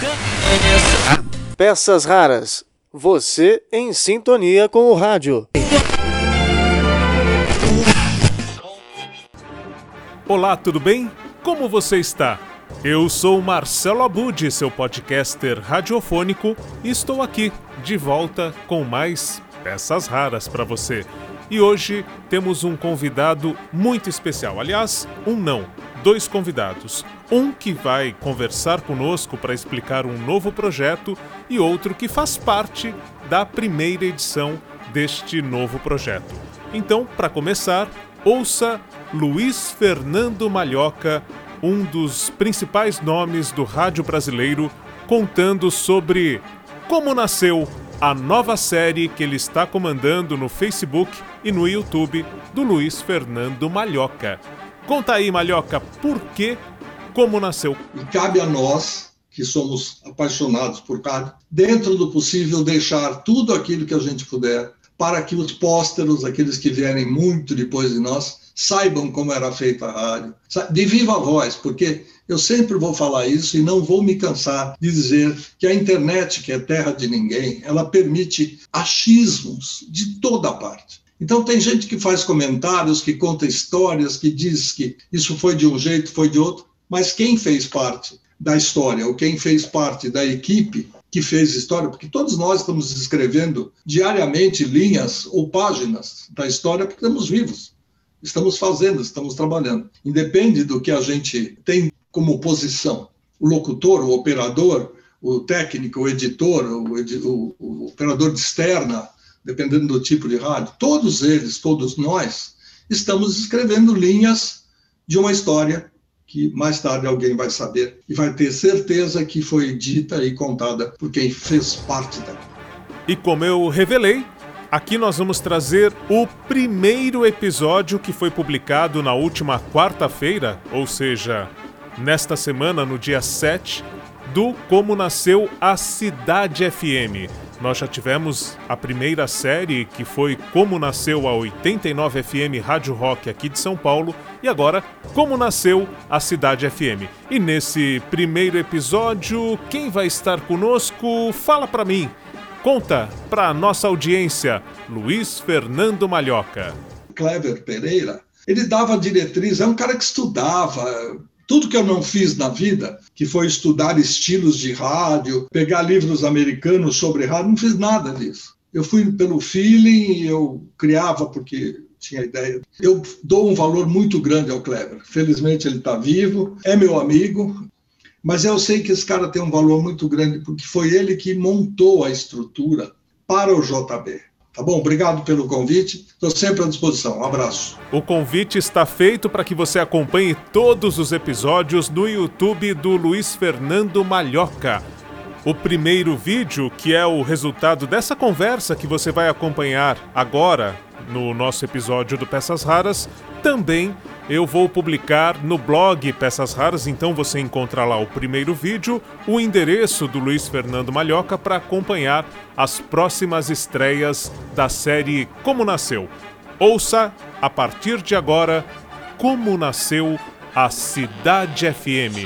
Peças raras. Você em sintonia com o rádio. Olá, tudo bem? Como você está? Eu sou Marcelo Abud, seu podcaster radiofônico, e estou aqui, de volta, com mais peças raras para você. E hoje temos um convidado muito especial. Aliás, dois convidados. Um que vai conversar conosco para explicar um novo projeto e outro que faz parte da primeira edição deste novo projeto. Então, para começar, ouça Luiz Fernando Malhoca, um dos principais nomes do rádio brasileiro, contando sobre como nasceu a nova série que ele está comandando no Facebook e no YouTube do Luiz Fernando Malhoca. Conta aí, Malhoca, por que, como nasceu? E cabe a nós, que somos apaixonados por rádio, dentro do possível deixar tudo aquilo que a gente puder para que os pósteros, aqueles que vierem muito depois de nós, saibam como era feita a rádio. De viva voz, porque eu sempre vou falar isso e não vou me cansar de dizer que a internet, que é terra de ninguém, ela permite achismos de toda parte. Então tem gente que faz comentários, que conta histórias, que diz que isso foi de um jeito, foi de outro, mas quem fez parte da história, ou quem fez parte da equipe que fez história, porque todos nós estamos escrevendo diariamente linhas ou páginas da história porque estamos vivos, estamos fazendo, estamos trabalhando. Independe do que a gente tem como posição. O locutor, o operador, o técnico, o editor, o operador de externa, dependendo do tipo de rádio, todos eles, todos nós, estamos escrevendo linhas de uma história que mais tarde alguém vai saber e vai ter certeza que foi dita e contada por quem fez parte dela. E como eu revelei, aqui nós vamos trazer o primeiro episódio que foi publicado na última quarta-feira, ou seja, nesta semana, no dia 7, do Como Nasceu a Cidade FM. Nós já tivemos a primeira série, que foi Como Nasceu a 89 FM Rádio Rock aqui de São Paulo, e agora Como Nasceu a Cidade FM. E nesse primeiro episódio, quem vai estar conosco? Fala pra mim. Conta pra nossa audiência, Luiz Fernando Malhoca. Cleber Pereira, ele dava diretriz, é um cara que estudava. Tudo que eu não fiz na vida, que foi estudar estilos de rádio, pegar livros americanos sobre rádio, não fiz nada disso. Eu fui pelo feeling, eu criava porque tinha ideia. Eu dou um valor muito grande ao Cleber. Felizmente ele está vivo, é meu amigo, mas eu sei que esse cara tem um valor muito grande porque foi ele que montou a estrutura para o JB. Tá bom? Obrigado pelo convite. Estou sempre à disposição. Um abraço. O convite está feito para que você acompanhe todos os episódios no YouTube do Luiz Fernando Malhoca. O primeiro vídeo, que é o resultado dessa conversa que você vai acompanhar agora no nosso episódio do Peças Raras, também eu vou publicar no blog Peças Raras, então você encontra lá o primeiro vídeo, o endereço do Luiz Fernando Malhoca para acompanhar as próximas estreias da série Como Nasceu. Ouça, a partir de agora, Como Nasceu a Cidade FM.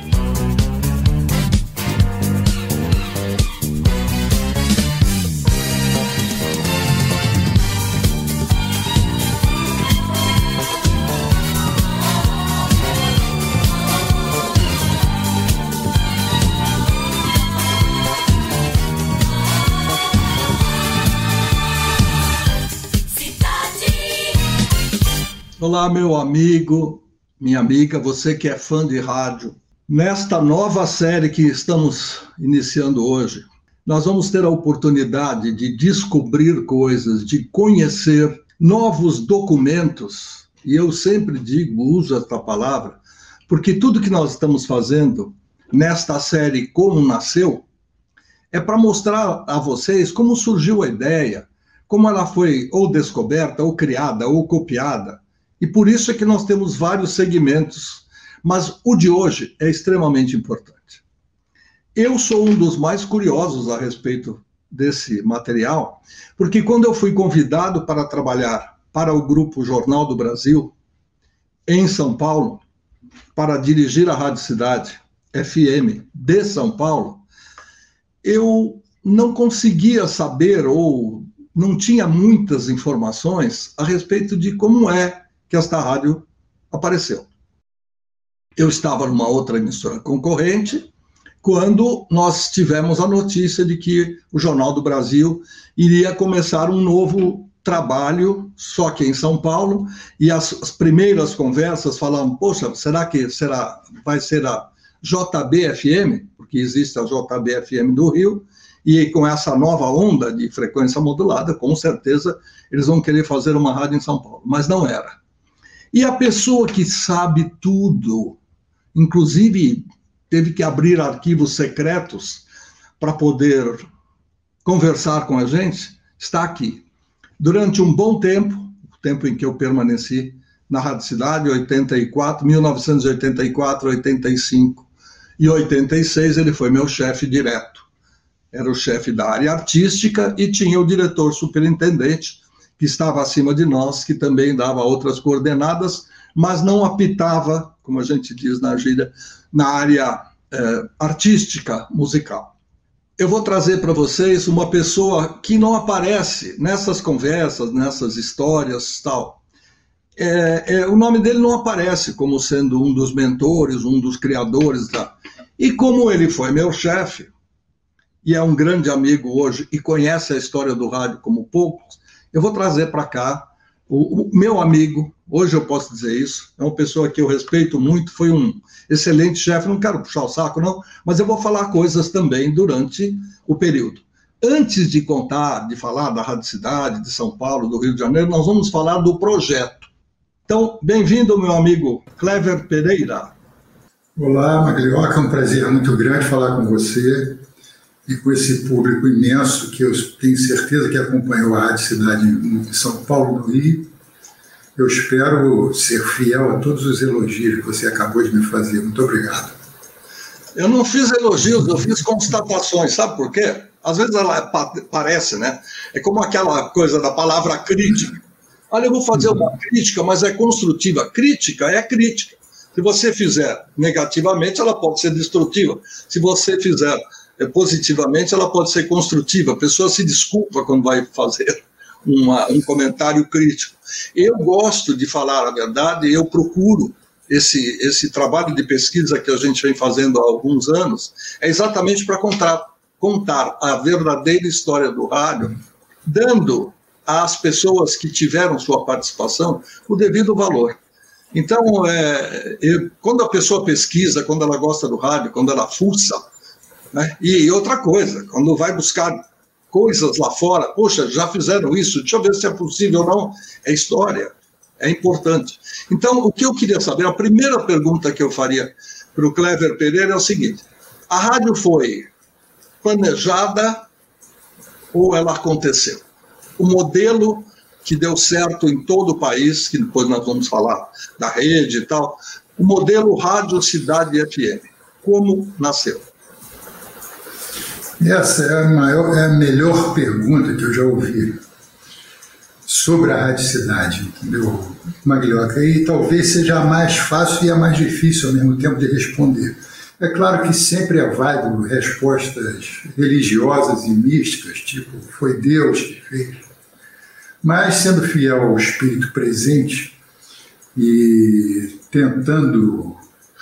Olá, meu amigo, minha amiga, você que é fã de rádio. Nesta nova série que estamos iniciando hoje, nós vamos ter a oportunidade de descobrir coisas, de conhecer novos documentos. E eu sempre digo, uso esta palavra, porque tudo que nós estamos fazendo nesta série Como Nasceu é para mostrar a vocês como surgiu a ideia, como ela foi ou descoberta, ou criada, ou copiada. E por isso é que nós temos vários segmentos, mas o de hoje é extremamente importante. Eu sou um dos mais curiosos a respeito desse material, porque quando eu fui convidado para trabalhar para o Grupo Jornal do Brasil, em São Paulo, para dirigir a Rádio Cidade, FM de São Paulo, eu não conseguia saber ou não tinha muitas informações a respeito de como é que esta rádio apareceu. Eu estava numa outra emissora concorrente quando nós tivemos a notícia de que o Jornal do Brasil iria começar um novo trabalho, só que em São Paulo, e as primeiras conversas falavam, poxa, será que vai ser a JB-FM, porque existe a JB-FM do Rio, e com essa nova onda de frequência modulada, com certeza eles vão querer fazer uma rádio em São Paulo, mas não era. E a pessoa que sabe tudo, inclusive teve que abrir arquivos secretos para poder conversar com a gente, está aqui. Durante um bom tempo, o tempo em que eu permaneci na Rádio Cidade, 1984, 85 e 86, ele foi meu chefe direto. Era o chefe da área artística e tinha o diretor superintendente, que estava acima de nós, que também dava outras coordenadas, mas não apitava, como a gente diz na gíria, na área artística, musical. Eu vou trazer para vocês uma pessoa que não aparece nessas conversas, nessas histórias, tal. O nome dele não aparece como sendo um dos mentores, um dos criadores. E como ele foi meu chefe, e é um grande amigo hoje, e conhece a história do rádio como poucos, eu vou trazer para cá o meu amigo, hoje eu posso dizer isso, é uma pessoa que eu respeito muito, foi um excelente chefe, não quero puxar o saco não, mas eu vou falar coisas também durante o período. Antes de falar da Rádio Cidade, de São Paulo, do Rio de Janeiro, nós vamos falar do projeto. Então, bem-vindo, meu amigo Clever Pereira. Olá, Maglioca, é um prazer muito grande falar com você e com esse público imenso que eu tenho certeza que acompanhou a Rádio Cidade em São Paulo, no Rio. Eu espero ser fiel a todos os elogios que você acabou de me fazer. Muito obrigado. Eu não fiz elogios, eu fiz constatações. Sabe por quê? Às vezes ela parece, né? É como aquela coisa da palavra crítica. Olha, eu vou fazer uma crítica, mas é construtiva. Crítica é crítica. Se você fizer negativamente, ela pode ser destrutiva. Se você fizer positivamente, ela pode ser construtiva. A pessoa se desculpa quando vai fazer um comentário crítico. Eu gosto de falar a verdade, eu procuro esse trabalho de pesquisa que a gente vem fazendo há alguns anos, é exatamente para contar a verdadeira história do rádio, dando às pessoas que tiveram sua participação o devido valor. Então, quando a pessoa pesquisa, quando ela gosta do rádio, quando ela fuça, né? E outra coisa, quando vai buscar coisas lá fora, poxa, já fizeram isso, deixa eu ver se é possível ou não, é história, é importante. Então, o que eu queria saber, a primeira pergunta que eu faria para o Clever Pereira é o seguinte: a rádio foi planejada ou ela aconteceu? O modelo que deu certo em todo o país, que depois nós vamos falar da rede e tal, o modelo Rádio Cidade FM, como nasceu? Essa é a melhor pergunta que eu já ouvi sobre a Rádio Cidade, meu Maglioca, e talvez seja a mais fácil e a mais difícil ao mesmo tempo de responder. É claro que sempre é válido respostas religiosas e místicas, tipo, foi Deus que fez. Mas, sendo fiel ao espírito presente e tentando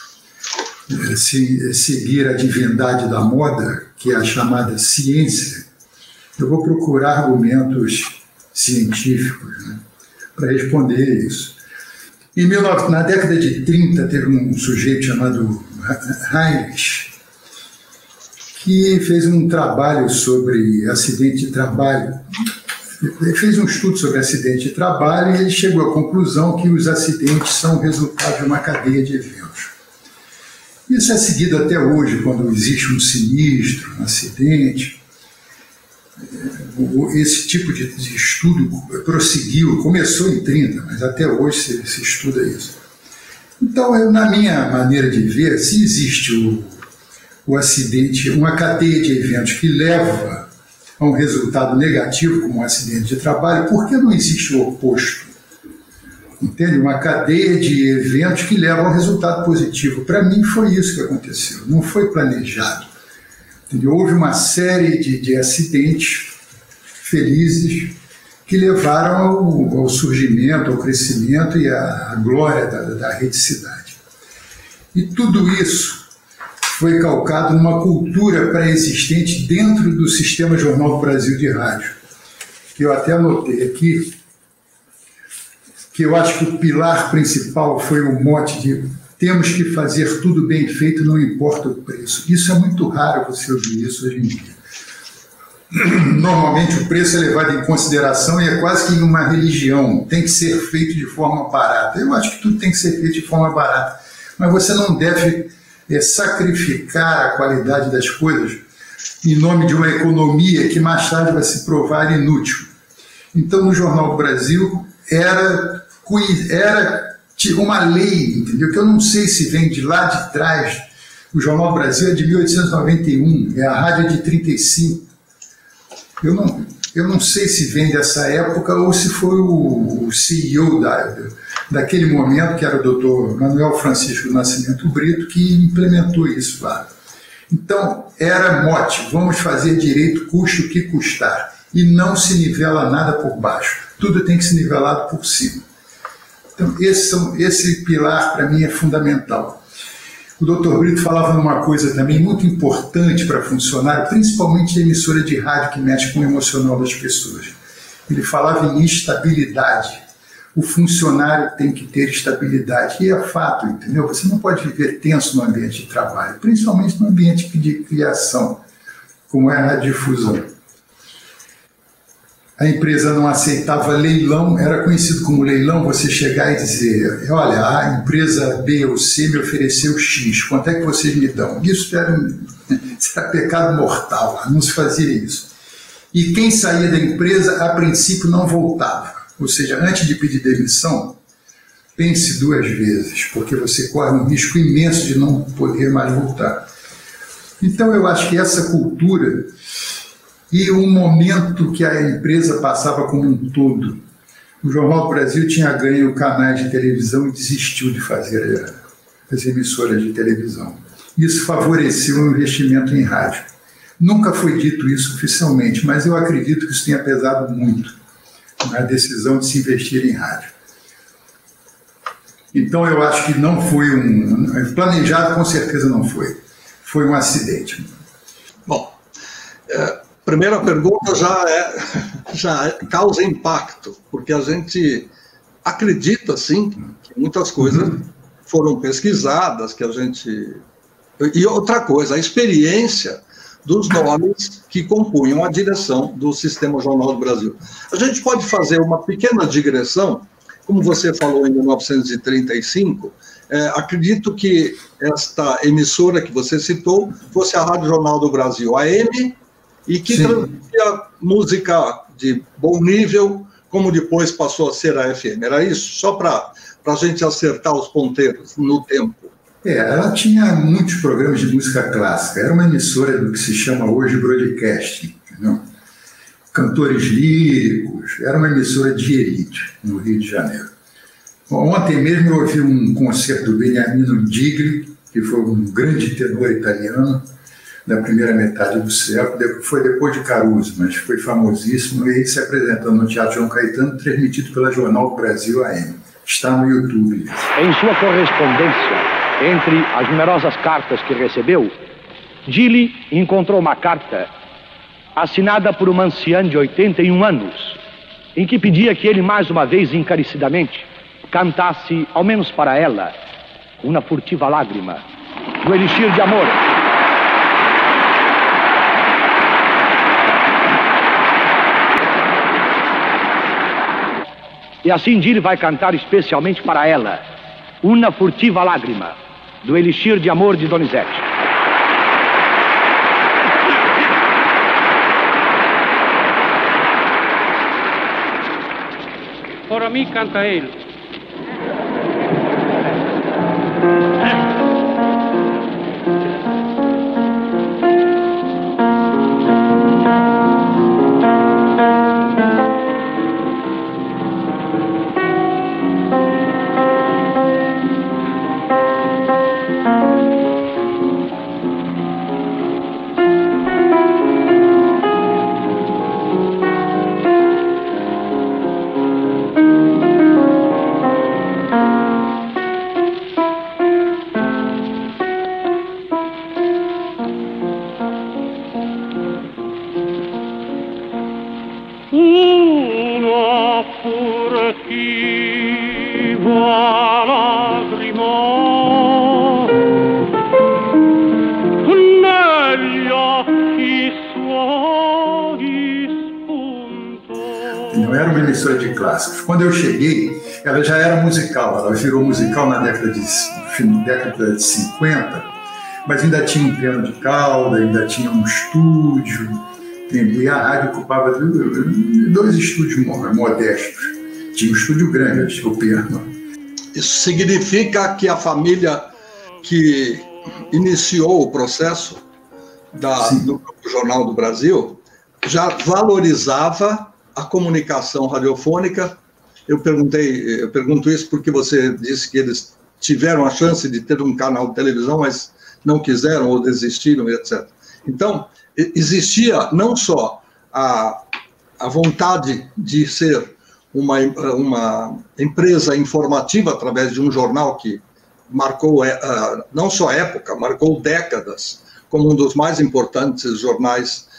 seguir a divindade da moda, que é a chamada ciência, eu vou procurar argumentos científicos, né, para responder isso. Na década de 30, teve um sujeito chamado Heinrich, que fez um trabalho sobre acidente de trabalho. Ele fez um estudo sobre acidente de trabalho e ele chegou à conclusão que os acidentes são resultado de uma cadeia de eventos. Isso é seguido até hoje, quando existe um sinistro, um acidente. Esse tipo de estudo prosseguiu, começou em 30, mas até hoje se estuda isso. Então, na minha maneira de ver, se existe o acidente, uma cadeia de eventos que leva a um resultado negativo, como um acidente de trabalho, por que não existe o oposto? Entende? Uma cadeia de eventos que levam a um resultado positivo. Para mim foi isso que aconteceu, não foi planejado. Entendeu? Houve uma série de acidentes felizes que levaram ao surgimento, ao crescimento e à glória da Rede Cidade. E tudo isso foi calcado numa cultura pré-existente dentro do Sistema Jornal do Brasil de rádio, que eu até anotei aqui, que eu acho que o pilar principal foi o mote de temos que fazer tudo bem feito, não importa o preço. Isso é muito raro você ouvir isso hoje em dia. Normalmente o preço é levado em consideração e é quase que uma religião, tem que ser feito de forma barata. Eu acho que tudo tem que ser feito de forma barata, mas você não deve sacrificar a qualidade das coisas em nome de uma economia que mais tarde vai se provar inútil. Então, no Jornal do Brasil, era uma lei, entendeu? Que eu não sei se vem de lá de trás. O Jornal do Brasil é de 1891, a rádio é de 35. Eu não sei se vem dessa época ou se foi o CEO daquele momento, que era o Dr. Manuel Francisco Nascimento Brito, que implementou isso lá. Então, era mote, vamos fazer direito, custe o que custar. E não se nivela nada por baixo. Tudo tem que ser nivelado por cima. Então, esse pilar, para mim, é fundamental. O Dr. Brito falava numa coisa também muito importante para funcionário, principalmente a emissora de rádio que mexe com o emocional das pessoas. Ele falava em estabilidade. O funcionário tem que ter estabilidade. E é fato, entendeu? Você não pode viver tenso no ambiente de trabalho, principalmente no ambiente de criação, como é a radiodifusão. A empresa não aceitava leilão, era conhecido como leilão, você chegar e dizer, olha, a empresa B ou C me ofereceu X, quanto é que vocês me dão? Isso era pecado mortal, não se fazia isso. E quem saía da empresa, a princípio, não voltava. Ou seja, antes de pedir demissão, pense 2 vezes, porque você corre um risco imenso de não poder mais voltar. Então, eu acho que essa cultura e o momento que a empresa passava como um todo. O Jornal do Brasil tinha ganho canais de televisão e desistiu de fazer as emissoras de televisão. Isso favoreceu o investimento em rádio. Nunca foi dito isso oficialmente, mas eu acredito que isso tenha pesado muito na decisão de se investir em rádio. Então eu acho que não foi planejado, com certeza não foi. Foi um acidente. Bom, primeira pergunta já causa impacto, porque a gente acredita, sim, que muitas coisas foram pesquisadas, que a gente... E outra coisa, a experiência dos nomes que compunham a direção do Sistema Jornal do Brasil. A gente pode fazer uma pequena digressão, como você falou em 1935, acredito que esta emissora que você citou fosse a Rádio Jornal do Brasil, AM, e que transmitia música de bom nível, como depois passou a ser a FM. Era isso? Só para a gente acertar os ponteiros no tempo. Ela tinha muitos programas de música clássica. Era uma emissora do que se chama hoje broadcasting, entendeu? Cantores líricos. Era uma emissora de elite no Rio de Janeiro. Ontem mesmo eu ouvi um concerto do Beniamino Digri, que foi um grande tenor italiano da primeira metade do século. Foi depois de Caruso, mas foi famosíssimo, e ele se apresentando no Teatro João Caetano, transmitido pela Jornal do Brasil AM. Está no YouTube. Em sua correspondência, entre as numerosas cartas que recebeu, Gili encontrou uma carta assinada por uma anciã de 81 anos, em que pedia que ele, mais uma vez, encarecidamente, cantasse, ao menos para ela, uma furtiva lágrima do Elixir de Amor. E assim Gili vai cantar especialmente para ela, Una Furtiva Lágrima, do Elixir de Amor de Donizete. Ora mim canta ele. não era uma emissora de clássicos. Quando eu cheguei, ela já era musical, ela virou musical na década de 50, mas ainda tinha um piano de cauda, ainda tinha um estúdio, entendeu? E a rádio ocupava 2 estúdios modestos. Tinha um estúdio grande, o piano. Isso significa que a família que iniciou o processo do Jornal do Brasil já valorizava a comunicação radiofônica. Eu pergunto isso porque você disse que eles tiveram a chance de ter um canal de televisão, mas não quiseram ou desistiram, etc. Então, existia não só a vontade de ser uma empresa informativa através de um jornal que marcou não só época, marcou décadas, como um dos mais importantes jornais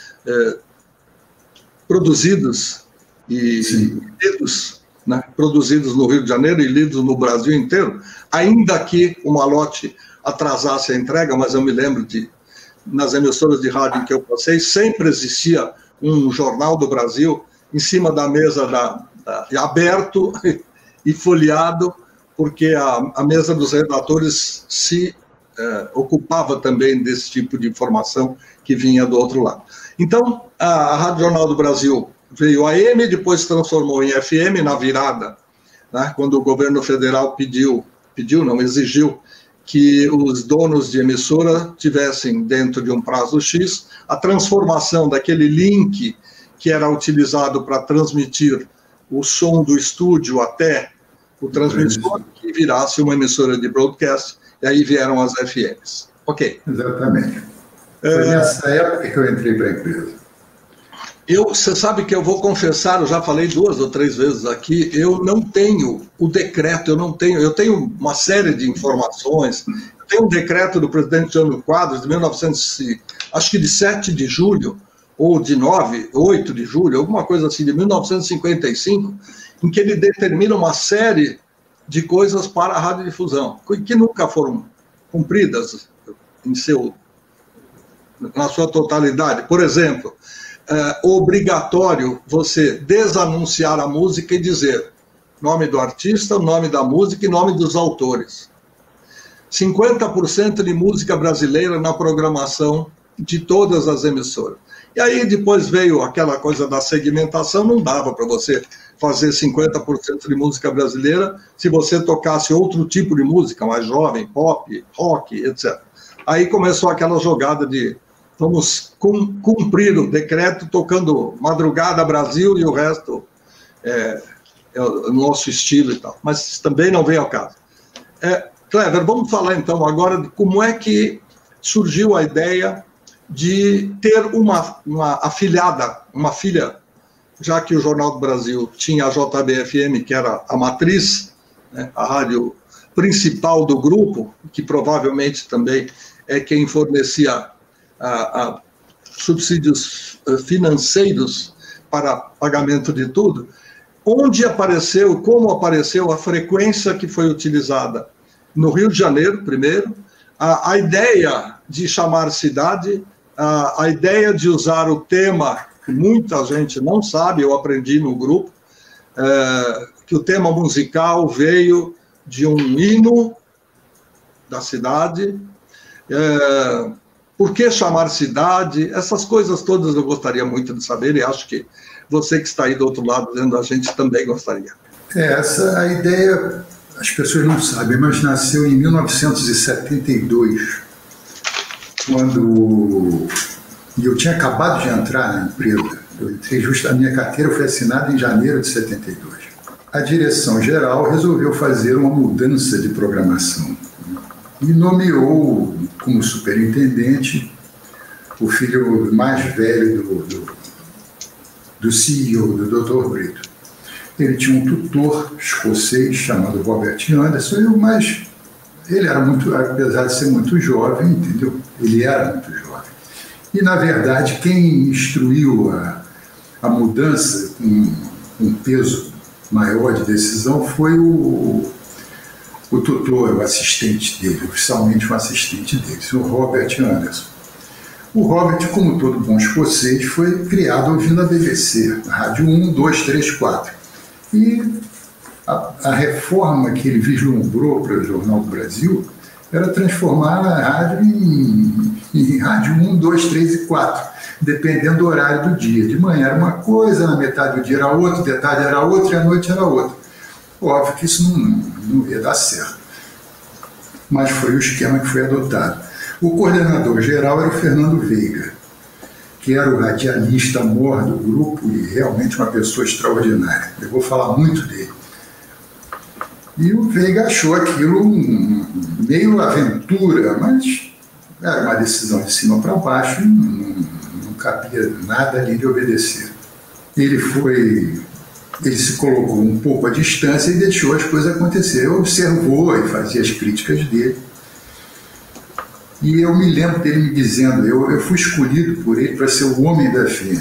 produzidos e lidos, né, produzidos no Rio de Janeiro e lidos no Brasil inteiro, ainda que o malote atrasasse a entrega, mas eu me lembro nas emissoras de rádio em que eu passei, sempre existia um jornal do Brasil em cima da mesa aberto e folheado, porque a mesa dos redatores se ocupava também desse tipo de informação que vinha do outro lado. Então, a Rádio Jornal do Brasil veio AM, depois se transformou em FM na virada, né, quando o governo federal exigiu que os donos de emissora tivessem, dentro de um prazo X, a transformação daquele link que era utilizado para transmitir o som do estúdio até o transmissor, que virasse uma emissora de broadcast, e aí vieram as FMs. Ok. Exatamente. Foi nessa época que eu entrei para a empresa. Você sabe que eu vou confessar, eu já falei 2 ou 3 vezes aqui, eu não tenho o decreto, eu tenho uma série de informações, eu tenho um decreto do presidente Jânio Quadros, de 7 de julho, ou de 8 de julho, alguma coisa assim, de 1955, em que ele determina uma série de coisas para a radiodifusão, que nunca foram cumpridas na sua totalidade. Por exemplo, obrigatório você desanunciar a música e dizer nome do artista, nome da música e nome dos autores. 50% de música brasileira na programação de todas as emissoras. E aí depois veio aquela coisa da segmentação, não dava para você fazer 50% de música brasileira se você tocasse outro tipo de música, mais jovem, pop, rock, etc. Aí começou aquela jogada de vamos cumprir o decreto tocando Madrugada Brasil e o resto é o nosso estilo e tal. Mas também não veio ao caso. Clever, vamos falar então agora de como é que surgiu a ideia de ter uma afilhada, uma filha, já que o Jornal do Brasil tinha a JBFM, que era a matriz, né, a rádio principal do grupo, que provavelmente também é quem fornecia subsídios financeiros para pagamento de tudo. Onde apareceu, como apareceu a frequência que foi utilizada no Rio de Janeiro, primeiro, a ideia de chamar cidade, a ideia de usar o tema, que muita gente não sabe, eu aprendi no grupo, que o tema musical veio de um hino da cidade. Por que chamar cidade? Essas coisas todas eu gostaria muito de saber, e acho que você que está aí do outro lado vendo a gente também gostaria. Essa ideia, as pessoas não sabem, mas nasceu em 1972, quando eu tinha acabado de entrar na empresa. Eu entrei a minha carteira foi assinada em janeiro de 72. A direção-geral resolveu fazer uma mudança de programação e nomeou como superintendente o filho mais velho do CEO, do Dr. Brito. Ele tinha um tutor escocês chamado Robert Anderson, mas ele era muito, apesar de ser muito jovem, entendeu? Ele era muito jovem. E, na verdade, quem instruiu a mudança com um peso maior de decisão foi o tutor, o assistente dele, oficialmente o assistente dele, o Robert Anderson. O Robert, como todo bom escocês, foi criado ouvindo a BBC, a Rádio 1, 2, 3, 4. E a reforma que ele vislumbrou para o Jornal do Brasil era transformar a rádio em Rádio 1, 2, 3 e 4, dependendo do horário do dia. De manhã era uma coisa, na metade do dia era outra, de tarde era outra e à noite era outra. Óbvio que isso não ia dar certo. Mas foi o esquema que foi adotado. O coordenador geral era o Fernando Veiga, que era o radialista mor do grupo e realmente uma pessoa extraordinária. Eu vou falar muito dele. E o Veiga achou aquilo meio aventura, mas era uma decisão de cima para baixo e não cabia nada ali de obedecer. Ele se colocou um pouco à distância e deixou as coisas acontecer. Observou e fazia as críticas dele. E eu me lembro dele me dizendo, eu fui escolhido por ele para ser o homem da FM.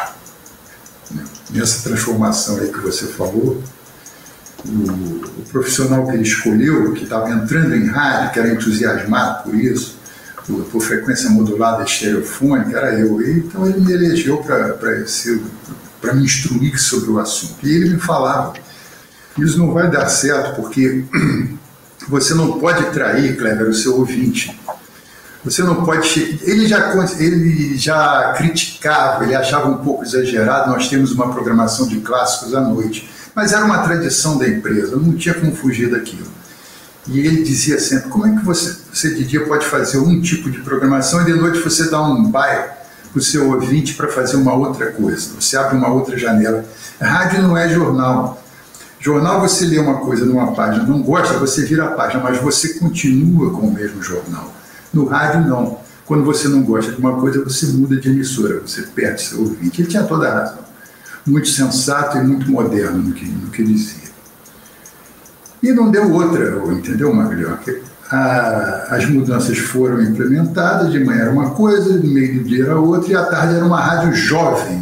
Nessa transformação aí que você falou, o profissional que ele escolheu, que estava entrando em rádio, que era entusiasmado por isso, por frequência modulada estereofônica, era eu. Então ele me elegeu para me instruir sobre o assunto. E ele me falava, isso não vai dar certo porque você não pode trair, Kleber, o seu ouvinte. Você não pode... Ele já criticava, ele achava um pouco exagerado, nós temos uma programação de clássicos à noite, mas era uma tradição da empresa, não tinha como fugir daquilo. E ele dizia sempre, como é que você de dia pode fazer um tipo de programação e de noite você dá um baile para o seu ouvinte para fazer uma outra coisa, você abre uma outra janela. Rádio não é jornal. Jornal você lê uma coisa numa página, não gosta, você vira a página, mas você continua com o mesmo jornal. No rádio, não. Quando você não gosta de uma coisa, você muda de emissora, você perde seu ouvinte. Ele tinha toda a razão. Muito sensato e muito moderno no que dizia. E não deu outra, entendeu, Maglioc? As mudanças foram implementadas, de manhã era uma coisa, no meio do dia era outra, e à tarde era uma rádio jovem.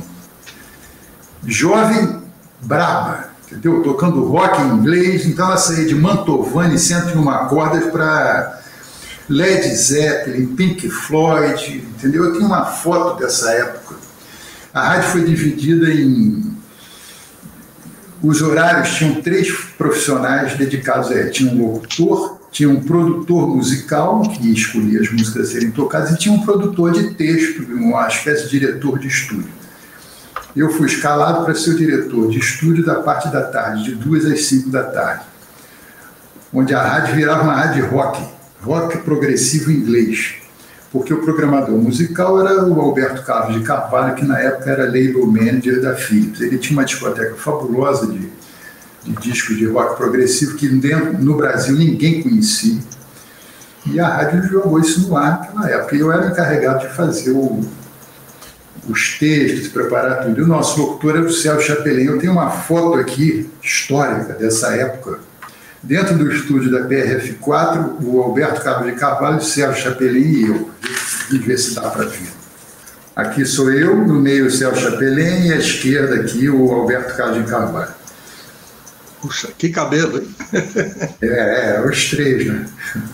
Jovem braba, entendeu? Tocando rock em inglês, então ela saía de Mantovani 101 cordas para Led Zeppelin, Pink Floyd, entendeu? Eu tenho uma foto dessa época. A rádio foi dividida em... Os horários tinham 3 profissionais dedicados a ela. Tinha um locutor, tinha um produtor musical, que escolhia as músicas a serem tocadas, e tinha um produtor de texto, uma espécie de diretor de estúdio. Eu fui escalado para ser o diretor de estúdio da parte da tarde, de 2 às 5 da tarde, onde a rádio virava uma rádio rock progressivo inglês, porque o programador musical era o Alberto Carlos de Carvalho, que na época era label manager da Philips. Ele tinha uma discoteca fabulosa de discos de rock progressivo que no Brasil ninguém conhecia, e a rádio jogou isso no ar naquela época. E eu era encarregado de fazer os textos, preparar tudo. E o nosso locutor era o Sérgio Chapelin. Eu tenho uma foto aqui histórica dessa época. Dentro do estúdio da PRF4, o Alberto Carlos de Carvalho, o Sérgio Chapelin e eu. Vamos ver se dá para ver. Aqui sou eu, no meio o Sérgio Chapelin e à esquerda aqui o Alberto Carlos de Carvalho. Puxa, que cabelo, hein? Os 3, né?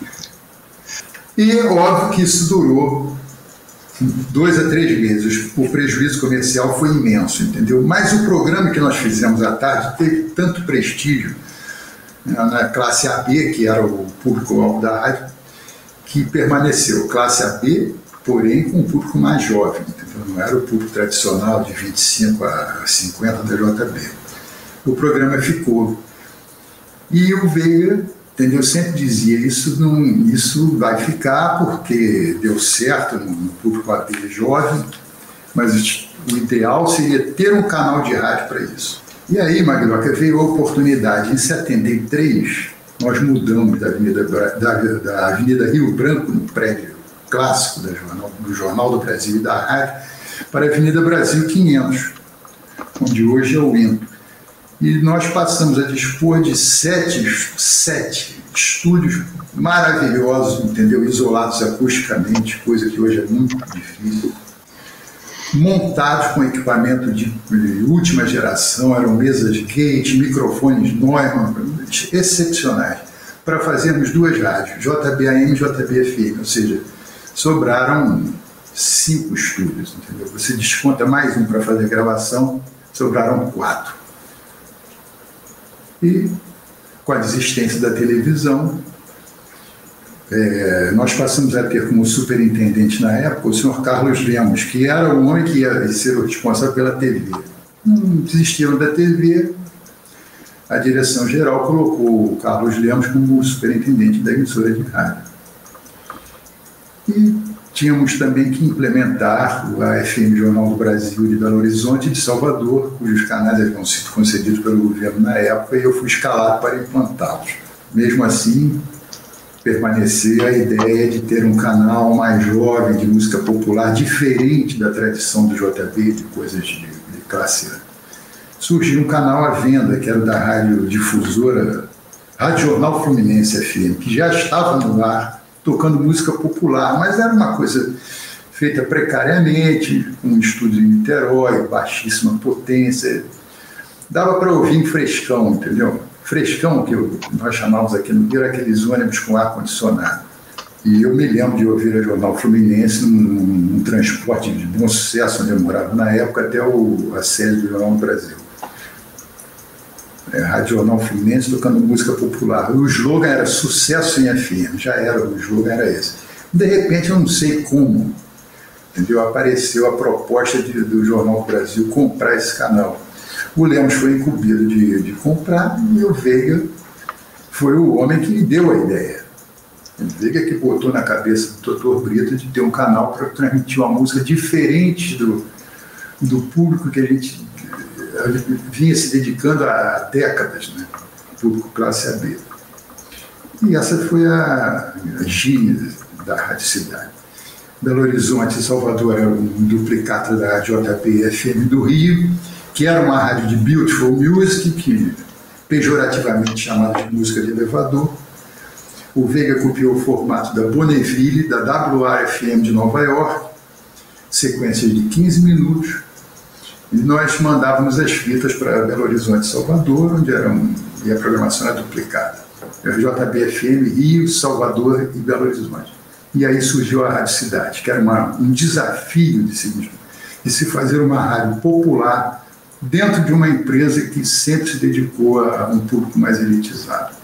E óbvio que isso durou 2 a 3 meses. O prejuízo comercial foi imenso, entendeu? Mas o programa que nós fizemos à tarde teve tanto prestígio na classe AB, que era o público-alvo da rádio, que permaneceu classe AB, porém com um público mais jovem, entendeu? Não era o público tradicional de 25 a 50 da JB. O programa ficou. E o Veiga, entendeu, sempre dizia, isso vai ficar porque deu certo no público AB jovem, mas o ideal seria ter um canal de rádio para isso. E aí, Maglioc, veio a oportunidade. Em 73, nós mudamos da Avenida Rio Branco, no prédio clássico do Jornal do Brasil e da rádio, para a Avenida Brasil 500, onde hoje é o INTO. E nós passamos a dispor de 7 estúdios maravilhosos, entendeu? Isolados acusticamente, coisa que hoje é muito difícil. Montados com equipamento de última geração, eram mesas gate, microfones Neumann, excepcionais, para fazermos 2 rádios, JBAM e JBFM, ou seja, sobraram 5 estúdios, entendeu? Você desconta mais um para fazer gravação, sobraram 4. E com a desistência da televisão, nós passamos a ter como superintendente na época o senhor Carlos Lemos, que era o homem que ia ser o responsável pela TV. Não desistiram da TV, a direção-geral colocou o Carlos Lemos como superintendente da emissora de rádio. E tínhamos também que implementar a FM Jornal do Brasil de Belo Horizonte e de Salvador, cujos canais haviam sido concedidos pelo governo na época, e eu fui escalado para implantá-los. Mesmo assim, permanecer a ideia de ter um canal mais jovem de música popular, diferente da tradição do JB, de coisas de classe A. Surgiu um canal à venda, que era da rádio difusora, Rádio Jornal Fluminense FM, que já estava no ar, tocando música popular, mas era uma coisa feita precariamente, com um estúdio em Niterói, baixíssima potência. Dava para ouvir em frescão, entendeu? Frescão, que nós chamávamos aqui no Rio, era aqueles ônibus com ar-condicionado. E eu me lembro de ouvir a Jornal Fluminense num transporte de bom sucesso, onde eu morava na época, até a sede do Jornal do Brasil. Rádio Jornal Fluminense tocando música popular. O slogan era sucesso em FM, o slogan era esse. De repente, eu não sei como, entendeu? Apareceu a proposta do Jornal do Brasil comprar esse canal. O Lemos foi incumbido de comprar e o Veiga foi o homem que lhe deu a ideia. O Veiga que botou na cabeça do Dr. Brito de ter um canal para transmitir uma música diferente do público que a gente vinha se dedicando há décadas, né? Público classe AB. E essa foi a gênese da Rádio Cidade. Belo Horizonte e Salvador era um duplicata da JP-FM do Rio, que era uma rádio de beautiful music, que pejorativamente chamada de música de elevador. O Veiga copiou o formato da Bonneville, da WAFM de Nova York, sequências de 15 minutos, e nós mandávamos as fitas para Belo Horizonte e Salvador, onde e a programação era duplicada. JB-FM, Rio, Salvador e Belo Horizonte. E aí surgiu a Rádio Cidade, que era um desafio de se fazer uma rádio popular dentro de uma empresa que sempre se dedicou a um público mais elitizado.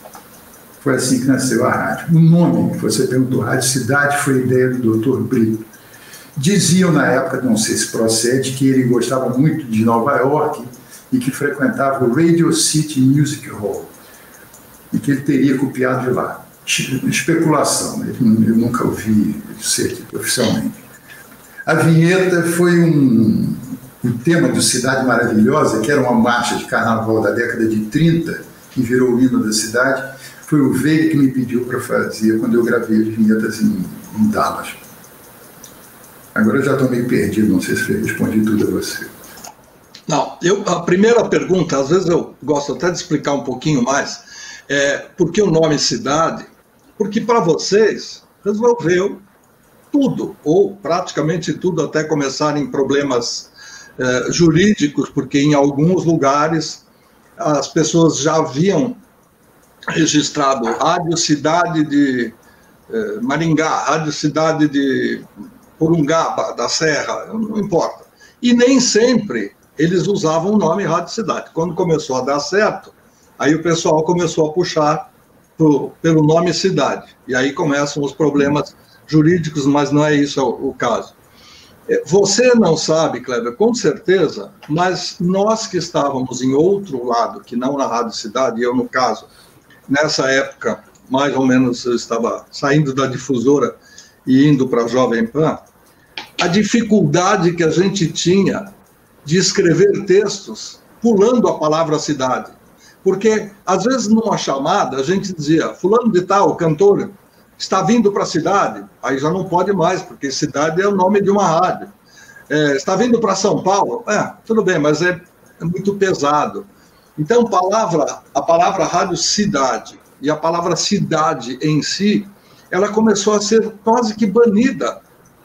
Foi assim que nasceu a rádio. O nome que você perguntou, Rádio Cidade, foi ideia do Dr. Brito. Diziam na época, não sei se procede, que ele gostava muito de Nova York e que frequentava o Radio City Music Hall e que ele teria copiado de lá. Especulação, eu nunca ouvi ser oficialmente. A vinheta foi um tema do Cidade Maravilhosa, que era uma marcha de carnaval da década de 30, que virou o hino da cidade. Foi o Veiga que me pediu para fazer quando eu gravei as vinhetas em Dallas. Agora eu já estou meio perdido, não sei se eu respondi tudo a você. Não, a primeira pergunta, às vezes eu gosto até de explicar um pouquinho mais, por que o nome Cidade? Porque para vocês resolveu tudo, ou praticamente tudo, até começarem problemas jurídicos, porque em alguns lugares as pessoas já haviam registrado Rádio Cidade de Maringá, Rádio Cidade de Porungaba, da Serra, não importa. E nem sempre eles usavam o nome Rádio Cidade. Quando começou a dar certo, aí o pessoal começou a puxar pelo nome Cidade. E aí começam os problemas jurídicos, mas não é isso o caso. Você não sabe, Kleber, com certeza, mas nós que estávamos em outro lado, que não na Rádio Cidade, eu no caso, nessa época, mais ou menos eu estava saindo da difusora e indo para a Jovem Pan, a dificuldade que a gente tinha de escrever textos pulando a palavra cidade. Porque, às vezes, numa chamada, a gente dizia, fulano de tal, cantor, está vindo para a cidade, aí já não pode mais, porque cidade é o nome de uma rádio. Está vindo para São Paulo? Tudo bem, mas é muito pesado. Então, a palavra rádio cidade e a palavra cidade em si, ela começou a ser quase que banida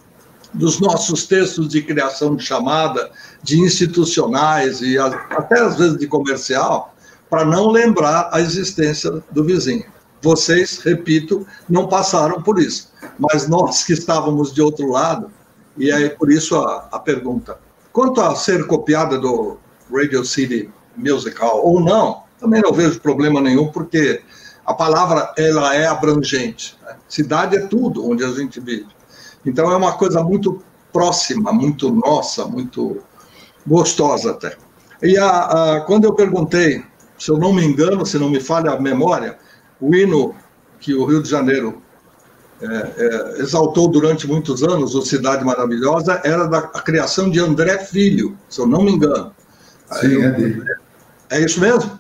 dos nossos textos de criação de chamada, de institucionais e até às vezes de comercial, para não lembrar a existência do vizinho. Vocês, repito, não passaram por isso. Mas nós que estávamos de outro lado, E é por isso a pergunta. Quanto a ser copiada do Radio City Music Hall ou não, também não vejo problema nenhum, porque a palavra ela é abrangente. Né? Cidade é tudo onde a gente vive. Então é uma coisa muito próxima, muito nossa, muito gostosa até. E quando eu perguntei, se eu não me engano, se não me falha a memória, o hino que o Rio de Janeiro exaltou durante muitos anos, o Cidade Maravilhosa, era da criação de André Filho, se eu não me engano. Sim, é dele. É isso mesmo?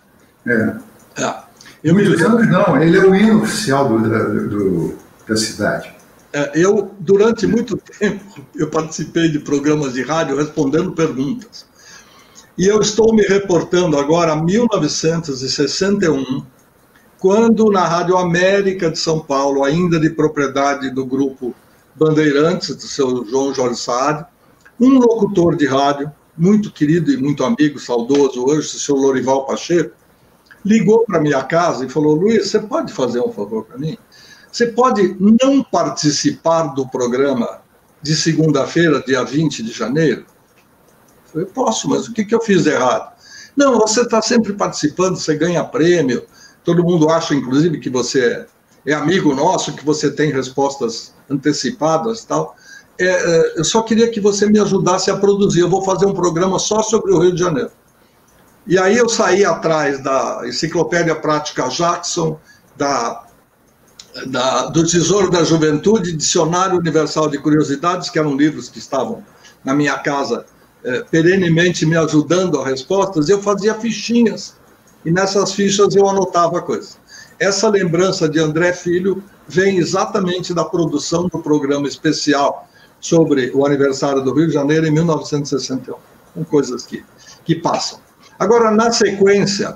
Muitos anos não, ele é o hino oficial da cidade. Eu, durante muito tempo, eu participei de programas de rádio respondendo perguntas. E eu estou me reportando agora a 1961, quando na Rádio América de São Paulo, ainda de propriedade do grupo Bandeirantes, do seu João Jorge Saad, um locutor de rádio, muito querido e muito amigo, saudoso hoje, o senhor Lorival Pacheco, ligou para minha casa e falou: Luiz, você pode fazer um favor para mim? Você pode não participar do programa de segunda-feira, dia 20 de janeiro? Eu falei: posso, mas o que eu fiz de errado? Não, você está sempre participando, você ganha prêmio, todo mundo acha, inclusive, que você é amigo nosso, que você tem respostas antecipadas e tal. Eu só queria que você me ajudasse a produzir. Eu vou fazer um programa só sobre o Rio de Janeiro. E aí eu saí atrás da Enciclopédia Prática Jackson, do Tesouro da Juventude, Dicionário Universal de Curiosidades, que eram livros que estavam na minha casa perenemente me ajudando a respostas. Eu fazia fichinhas, e nessas fichas eu anotava coisas. Essa lembrança de André Filho vem exatamente da produção do programa especial sobre o aniversário do Rio de Janeiro em 1961. São coisas que passam. Agora, na sequência,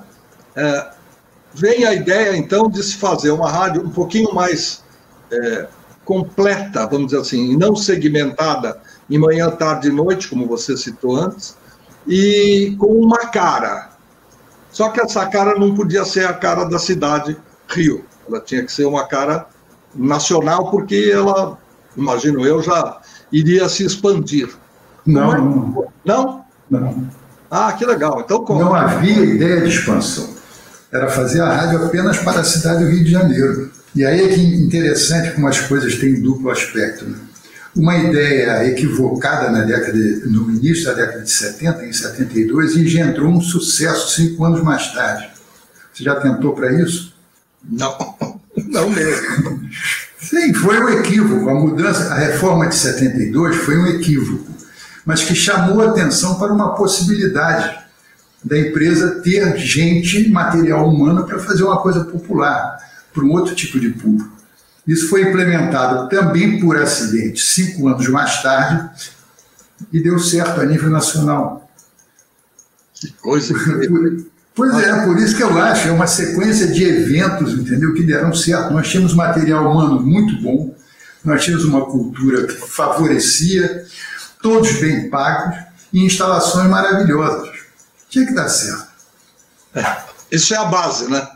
vem a ideia, então, de se fazer uma rádio um pouquinho mais completa, vamos dizer assim, e não segmentada em manhã, tarde e noite, como você citou antes, e com uma cara. Só que essa cara não podia ser a cara da cidade Rio. Ela tinha que ser uma cara nacional, porque ela, imagino eu, já iria se expandir. Não. Não? Não. Ah, que legal. Então, como? Não havia ideia de expansão. Era fazer a rádio apenas para a cidade do Rio de Janeiro. E aí é que interessante como as coisas têm duplo aspecto. Né? Uma ideia equivocada no início da década de 70, em 72, engendrou um sucesso 5 anos mais tarde. Você já tentou para isso? Não, não mesmo. Sim, foi um equívoco. A reforma de 72 foi um equívoco, mas que chamou a atenção para uma possibilidade da empresa ter gente, material humano, para fazer uma coisa popular, para um outro tipo de público. Isso foi implementado também por acidente 5 anos mais tarde e deu certo a nível nacional. Que coisa. Pois é, por isso que eu acho, é uma sequência de eventos, entendeu, que deram certo. Nós tínhamos material humano muito bom, nós tínhamos uma cultura que favorecia, todos bem pagos e instalações maravilhosas. Tinha que dar certo. Isso é a base, né?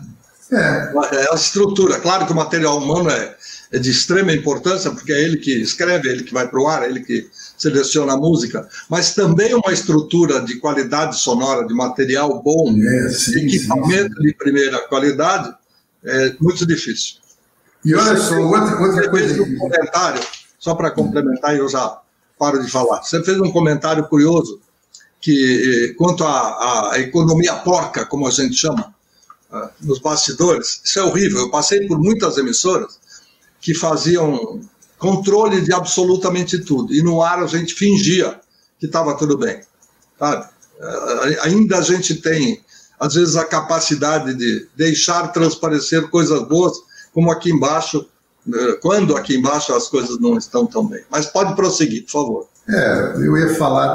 É a estrutura. Claro que o material humano é de extrema importância, porque é ele que escreve, é ele que vai para o ar, é ele que seleciona a música, mas também uma estrutura de qualidade sonora, de material bom, equipamento de primeira qualidade, é muito difícil. E olha só, outra coisa. Você fez um comentário, só para complementar, e eu já paro de falar. Você fez um comentário curioso que, quanto à economia porca, como a gente chama, nos bastidores. Isso é horrível. Eu passei por muitas emissoras que faziam controle de absolutamente tudo. E no ar a gente fingia que estava tudo bem. Sabe? Ainda a gente tem, às vezes, a capacidade de deixar transparecer coisas boas, como aqui embaixo, quando aqui embaixo as coisas não estão tão bem. Mas pode prosseguir, por favor. Eu ia falar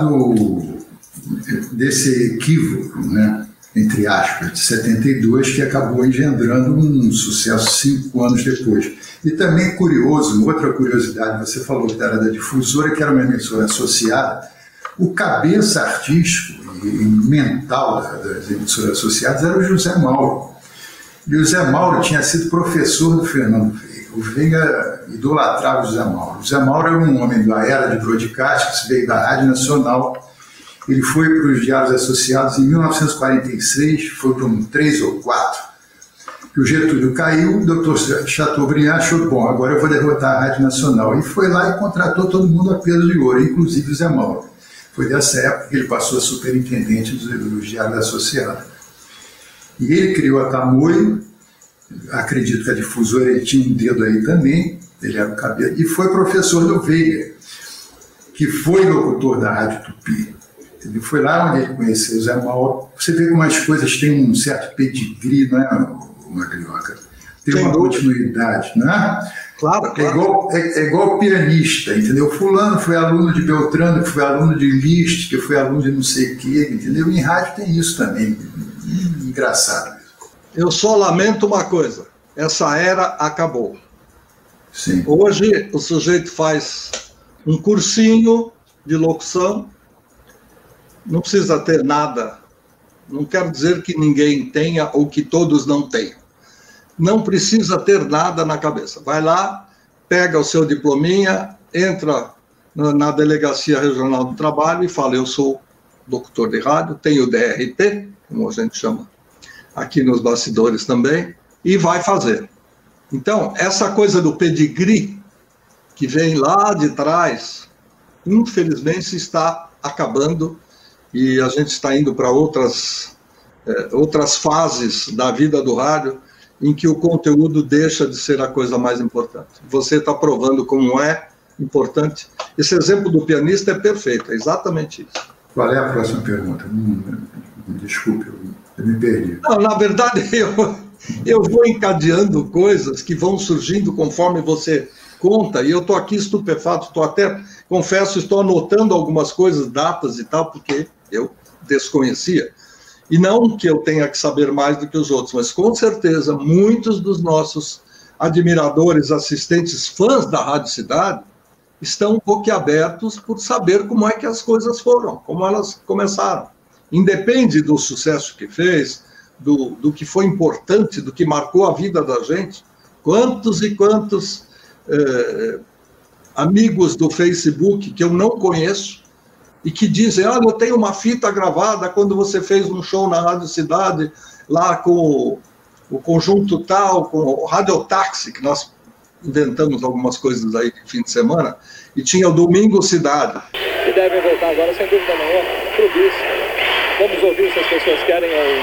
desse equívoco, né, entre aspas, de 72, que acabou engendrando um sucesso 5 anos depois. E também curioso, outra curiosidade, você falou que era da Difusora, que era uma emissora associada, o cabeça artístico e mental das emissoras associadas era o José Mauro. E o José Mauro tinha sido professor do Fernando Veiga. O Veiga idolatrava o Zé Mauro. O Zé Mauro era um homem da era de broadcast, que veio da Rádio Nacional. Ele foi para os Diários Associados em 1946, foi para um 3 ou 4. Que o Getúlio caiu, o doutor Chateaubriand achou, bom, agora eu vou derrotar a Rádio Nacional. E foi lá e contratou todo mundo a peso de ouro, inclusive o Zé Mauro. Foi dessa época que ele passou a superintendente dos Diários Associados. E ele criou a Tamoio, acredito que a difusora ele tinha um dedo aí também, ele era o cabelo, e foi professor do Veiga, que foi locutor da Rádio Tupi. Ele foi lá onde ele conheceu o Zé Mauro. Você vê como as coisas têm um certo pedigree, não é, Magrioca? Tem uma continuidade, não é? Claro. É igual pianista, entendeu? Fulano foi aluno de Beltrano, que foi aluno de Liszt, que foi aluno de não sei o quê, entendeu? Em rádio tem isso também. Engraçado. Eu só lamento uma coisa, essa era acabou. Sim. Hoje o sujeito faz um cursinho de locução, não precisa ter nada, não quero dizer que ninguém tenha ou que todos não tenham. Não precisa ter nada na cabeça. Vai lá, pega o seu diplominha, entra na Delegacia Regional do Trabalho e fala, eu sou locutor de rádio, tenho DRT, como a gente chama aqui nos bastidores também, e vai fazer. Então, essa coisa do pedigree, que vem lá de trás, infelizmente está acabando, e a gente está indo para outras fases da vida do rádio, em que o conteúdo deixa de ser a coisa mais importante. Você está provando como é importante. Esse exemplo do pianista é perfeito, é exatamente isso. Qual é a próxima pergunta? Desculpe, eu me perdi. Não, na verdade, eu vou encadeando coisas que vão surgindo conforme você conta, e eu estou aqui estupefato, confesso, estou anotando algumas coisas, datas e tal, porque eu desconhecia. E não que eu tenha que saber mais do que os outros, mas com certeza muitos dos nossos admiradores, assistentes, fãs da Rádio Cidade, estão boquiabertos por saber como é que as coisas foram, como elas começaram. Independe do sucesso que fez, do que foi importante, do que marcou a vida da gente, quantos e quantos amigos do Facebook que eu não conheço, e que dizem, eu tenho uma fita gravada quando você fez um show na Rádio Cidade, lá com o conjunto tal, com o Radiotáxi, que nós inventamos algumas coisas aí de fim de semana, e tinha o Domingo Cidade. E devem voltar agora, sem dúvida nenhuma, para o bis. Vamos ouvir se as pessoas querem ou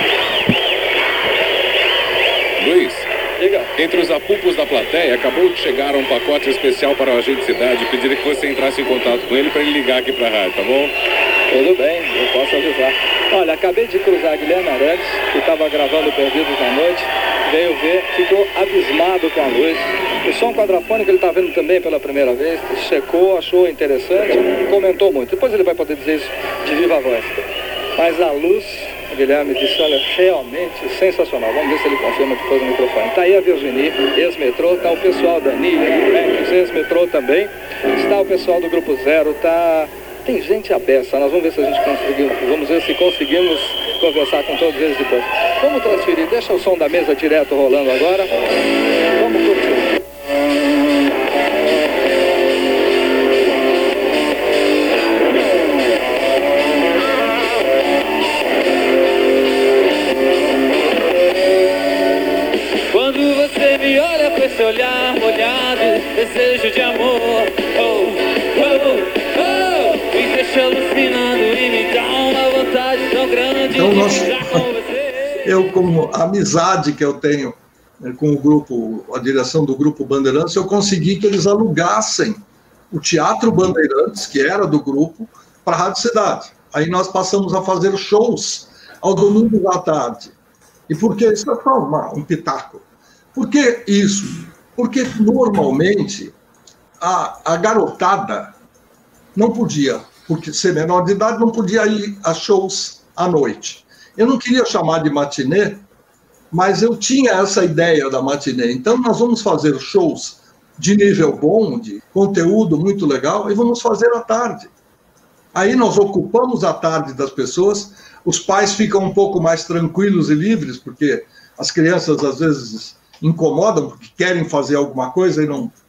não. Luiz, diga. Entre os apupos da plateia, acabou de chegar um pacote especial para o agente Cidade. Pediria que você entrasse em contato com ele para ele ligar aqui para a rádio, tá bom? Tudo bem, eu posso avisar. Olha, acabei de cruzar Guilherme Arantes, que estava gravando Perdidos na Noite, veio ver, ficou abismado com a luz. O som quadrafônico ele está vendo também pela primeira vez, checou, achou interessante e comentou muito. Depois ele vai poder dizer isso de viva voz. Mas a luz, o Guilherme disse, olha, realmente sensacional. Vamos ver se ele confirma depois no microfone. Está aí a Virginie, ex-metrô, está o pessoal da NIA, ex-metrô também. Está o pessoal do Grupo Zero, tá... Tem gente abessa, nós vamos ver se a gente conseguiu, vamos ver se conseguimos conversar com todos eles depois. Vamos transferir, deixa o som da mesa direto rolando agora. Vamos curtir. Quando você me olha com esse olhar molhado, desejo de amor, me deixa alucinando e me dá uma vontade tão grande de estar com você. Eu, como a amizade que eu tenho com o grupo, a direção do Grupo Bandeirantes, eu consegui que eles alugassem o Teatro Bandeirantes, que era do grupo, para a Rádio Cidade. Aí nós passamos a fazer shows ao domingo à tarde. E por que isso? É só um pitaco. Por que isso? Porque normalmente a garotada não podia, porque ser menor de idade, não podia ir a shows à noite. Eu não queria chamar de matinê, mas eu tinha essa ideia da matinê. Então nós vamos fazer shows de nível bom, de conteúdo muito legal, e vamos fazer à tarde. Aí nós ocupamos a tarde das pessoas, os pais ficam um pouco mais tranquilos e livres, porque as crianças às vezes incomodam, porque querem fazer alguma coisa e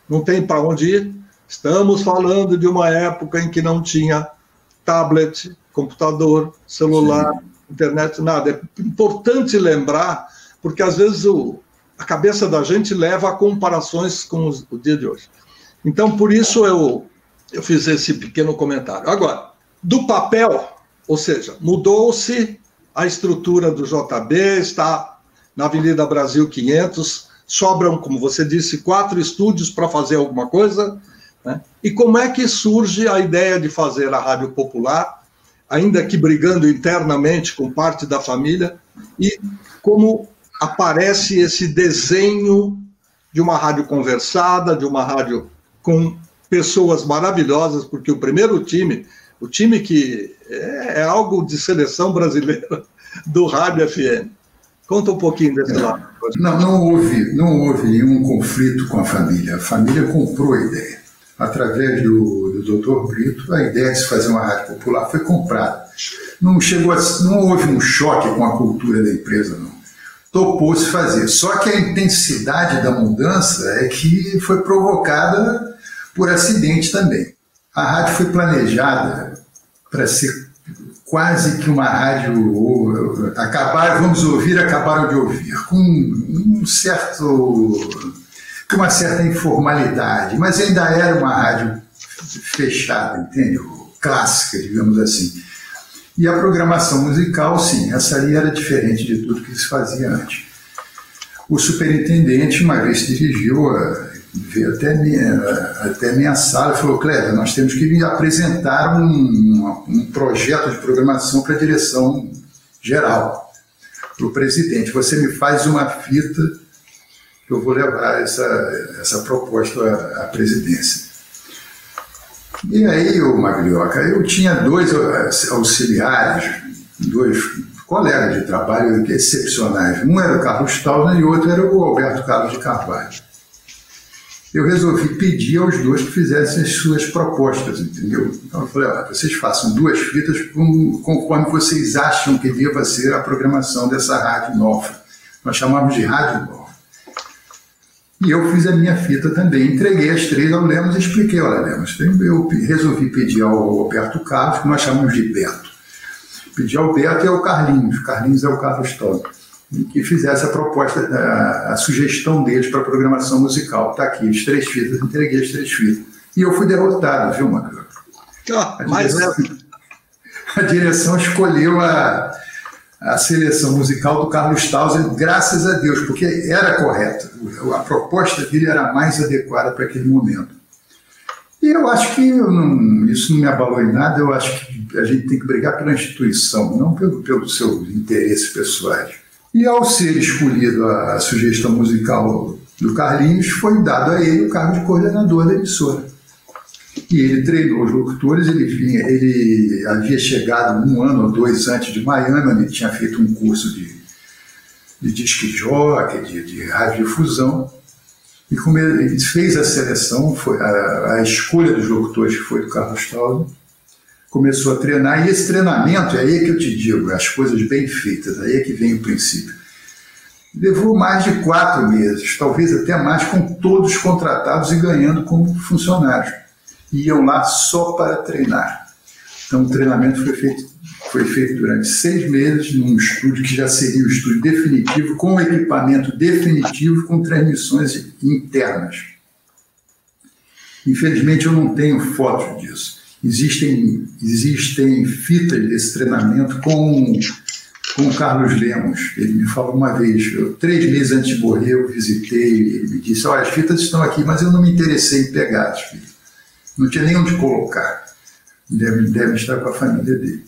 não tem para onde ir. Estamos falando de uma época em que não tinha tablet, computador, celular, internet, nada. É importante lembrar, porque às vezes a cabeça da gente leva a comparações com o dia de hoje. Então, por isso eu fiz esse pequeno comentário. Agora, do papel, ou seja, mudou-se a estrutura do JB, está na Avenida Brasil 500, sobram, como você disse, 4 estúdios para fazer alguma coisa, né? E como é que surge a ideia de fazer a Rádio Popular, ainda que brigando internamente com parte da família, e como aparece esse desenho de uma rádio conversada, de uma rádio com pessoas maravilhosas, porque o primeiro time, o time que é algo de seleção brasileira do Rádio FM. Conta um pouquinho desse lado. Não houve nenhum conflito com a família comprou a ideia. Através do Dr. Brito, a ideia de se fazer uma rádio popular foi comprada. Não houve um choque com a cultura da empresa, não. Topou-se fazer. Só que a intensidade da mudança é que foi provocada por acidente também. A rádio foi planejada para ser quase que uma rádio... acabaram de ouvir, com uma certa informalidade, mas ainda era uma rádio fechada, entende? Clássica, digamos assim. E a programação musical, sim, essa ali era diferente de tudo que se fazia antes. O superintendente, uma vez se dirigiu, veio até minha sala e falou: Cléber, nós temos que apresentar um projeto de programação para a direção geral, para o presidente. Você me faz uma fita que eu vou levar essa proposta à presidência. E aí, Maglioca, eu tinha 2 auxiliares, 2 colegas de trabalho excepcionais. Um era o Carlos Tausner e o outro era o Alberto Carlos de Carvalho. Eu resolvi pedir aos 2 que fizessem as suas propostas, entendeu? Então eu falei: vocês façam 2 fitas conforme vocês acham que deva ser a programação dessa rádio nova. Nós chamamos de rádio nova. E eu fiz a minha fita também, entreguei as 3 ao Lemos e expliquei: olha, Lemos, eu resolvi pedir ao Alberto Carlos, que nós chamamos de Beto. Pedi ao Beto e ao Carlinhos. Carlinhos é o Carlos Todd, que fizesse a proposta, a sugestão deles para a programação musical. Está aqui, as 3 fitas, entreguei as 3 fitas. E eu fui derrotado, viu, Magrão? A direção escolheu a seleção musical do Carlos Tausner, graças a Deus, porque era correta. A proposta dele era a mais adequada para aquele momento. E eu acho que isso não me abalou em nada. Eu acho que a gente tem que brigar pela instituição, não pelo seu interesse pessoais. E ao ser escolhido a sugestão musical do Carlinhos, foi dado a ele o cargo de coordenador da emissora. E ele treinou os locutores. Ele havia chegado 1 ano ou 2 antes de Miami, onde ele tinha feito um curso de disc jockey, de radiodifusão. E como ele fez a seleção, foi a escolha dos locutores, que foi do Carlos Tausner, começou a treinar. E esse treinamento, é aí que eu te digo, as coisas bem feitas, aí é que vem o princípio. Levou mais de 4 meses, talvez até mais, com todos contratados e ganhando como funcionários. Iam lá só para treinar. Então o treinamento foi feito durante 6 meses num estúdio que já seria o estúdio definitivo, com equipamento definitivo, com transmissões internas. Infelizmente eu não tenho fotos disso. Existem fitas desse treinamento com o Carlos Lemos. Ele me falou uma vez, 3 meses antes de morrer, eu visitei, ele me disse: olha, as fitas estão aqui, mas eu não me interessei em pegar as fitas. Não tinha nem onde colocar. Deve estar com a família dele.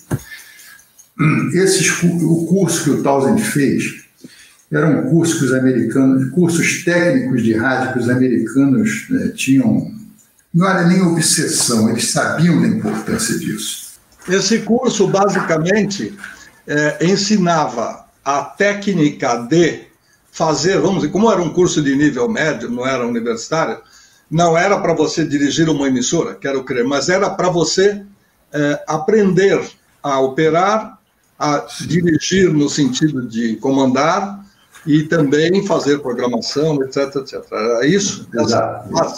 O curso que o Tausner fez era um curso que os americanos, cursos técnicos de rádio que os americanos tinham. Não era nem obsessão, eles sabiam da importância disso. Esse curso, basicamente, ensinava a técnica de fazer, vamos dizer, como era um curso de nível médio, não era universitário, não era para você dirigir uma emissora, quero crer, mas era para você aprender a operar, a dirigir no sentido de comandar e também fazer programação, etc, etc. Era isso? Exato.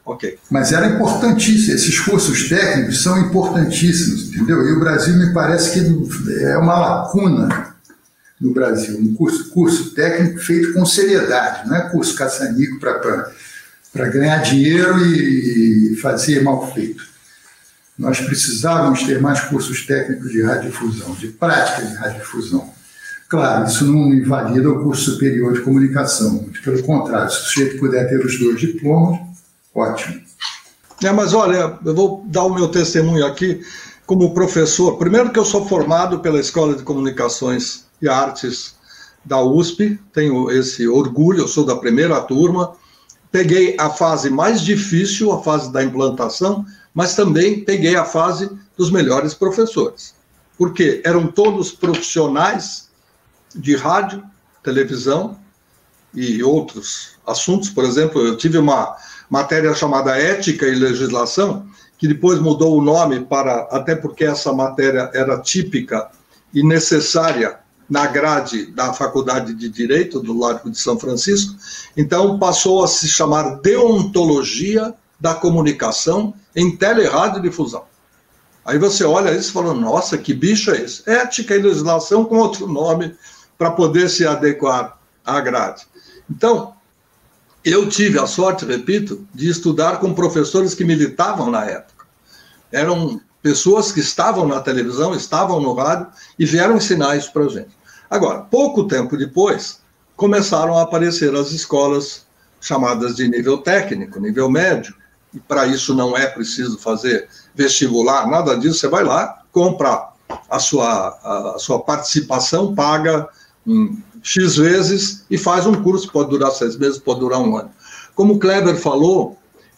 Ok. Mas era importantíssimo, esses cursos técnicos são importantíssimos, entendeu? E o Brasil me parece que é uma lacuna no Brasil, um curso técnico feito com seriedade, não é curso caça-nico para ganhar dinheiro e fazer mal feito. Nós precisávamos ter mais cursos técnicos de radiodifusão, de prática de radiodifusão. Claro, isso não invalida o curso superior de comunicação, pelo contrário, se o sujeito puder ter os 2 diplomas, ótimo. Mas olha, eu vou dar o meu testemunho aqui como professor. Primeiro que eu sou formado pela Escola de Comunicações e Artes da USP, tenho esse orgulho, eu sou da primeira turma, peguei a fase mais difícil, a fase da implantação, mas também peguei a fase dos melhores professores, porque eram todos profissionais de rádio, televisão e outros assuntos. Por exemplo, eu tive uma matéria chamada Ética e Legislação, que depois mudou o nome até porque essa matéria era típica e necessária na grade da Faculdade de Direito do Largo de São Francisco, então passou a se chamar Deontologia da Comunicação em Teleradiodifusão. Aí você olha isso e fala, nossa, que bicho é esse? Ética e Legislação com outro nome para poder se adequar à grade. Então, eu tive a sorte, repito, de estudar com professores que militavam na época. Eram pessoas que estavam na televisão, estavam no rádio e vieram ensinar isso para a gente. Agora, pouco tempo depois, começaram a aparecer as escolas chamadas de nível técnico, nível médio, e para isso não é preciso fazer vestibular, nada disso, você vai lá, compra a sua participação, paga X vezes e faz um curso, pode durar 6 meses, pode durar 1 ano. Como o Kleber falou,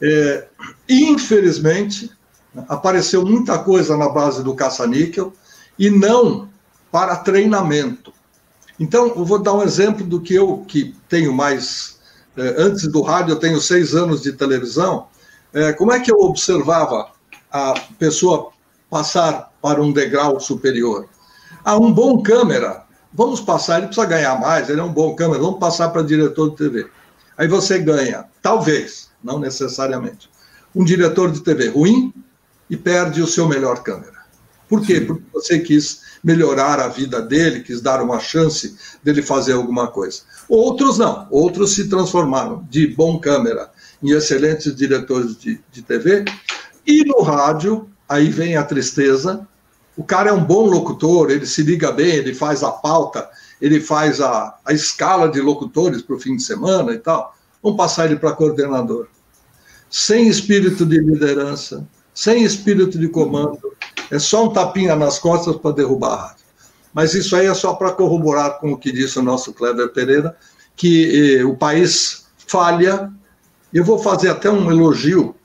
infelizmente, apareceu muita coisa na base do caça-níquel e não para treinamento. Então, eu vou dar um exemplo do que eu, que tenho mais... antes do rádio, eu tenho 6 anos de televisão. Como é que eu observava a pessoa passar para um degrau superior? Um bom câmera, vamos passar, ele precisa ganhar mais, ele é um bom câmera, vamos passar para diretor de TV. Aí você ganha, talvez, não necessariamente, um diretor de TV ruim e perde o seu melhor câmera. Por quê? Porque você quis melhorar a vida dele, quis dar uma chance dele fazer alguma coisa. Outros não, outros se transformaram de bom câmera em excelentes diretores de TV, e no rádio, aí vem a tristeza, o cara é um bom locutor, ele se liga bem, ele faz a pauta, ele faz a escala de locutores para o fim de semana e tal, vamos passar ele para coordenador. Sem espírito de liderança, sem espírito de comando, é só um tapinha nas costas para derrubar a rádio. Mas isso aí é só para corroborar com o que disse o nosso Kleber Pereira, que o país falha. Eu vou fazer até um elogio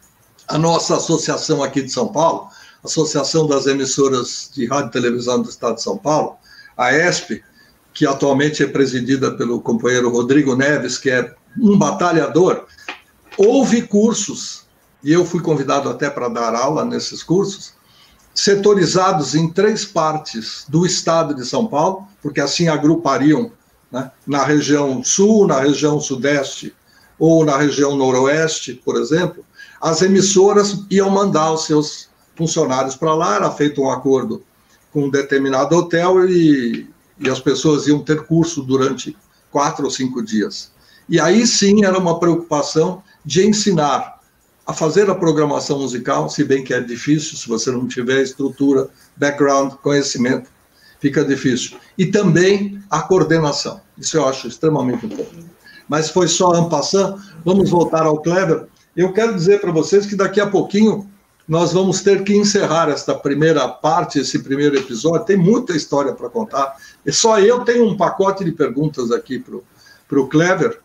à nossa associação aqui de São Paulo, Associação das Emissoras de Rádio e Televisão do Estado de São Paulo, a ESP, que atualmente é presidida pelo companheiro Rodrigo Neves, que é um batalhador. Houve cursos, e eu fui convidado até para dar aula nesses cursos, setorizados em 3 partes do estado de São Paulo, porque assim agrupariam, né, na região sul, na região sudeste ou na região noroeste, por exemplo, as emissoras iam mandar os seus funcionários para lá, era feito um acordo com um determinado hotel e as pessoas iam ter curso durante 4 ou 5 dias. E aí sim era uma preocupação de ensinar a fazer a programação musical, se bem que é difícil, se você não tiver estrutura, background, conhecimento, fica difícil. E também a coordenação, isso eu acho extremamente importante. Mas foi só en passant, vamos voltar ao Kleber. Eu quero dizer para vocês que daqui a pouquinho nós vamos ter que encerrar esta primeira parte, esse primeiro episódio, tem muita história para contar, e só eu tenho um pacote de perguntas aqui para o Kleber,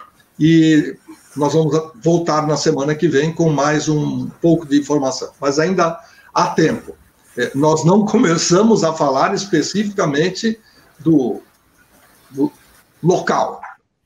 e nós vamos voltar na semana que vem com mais um pouco de informação, mas ainda há tempo. Nós não começamos a falar especificamente do local.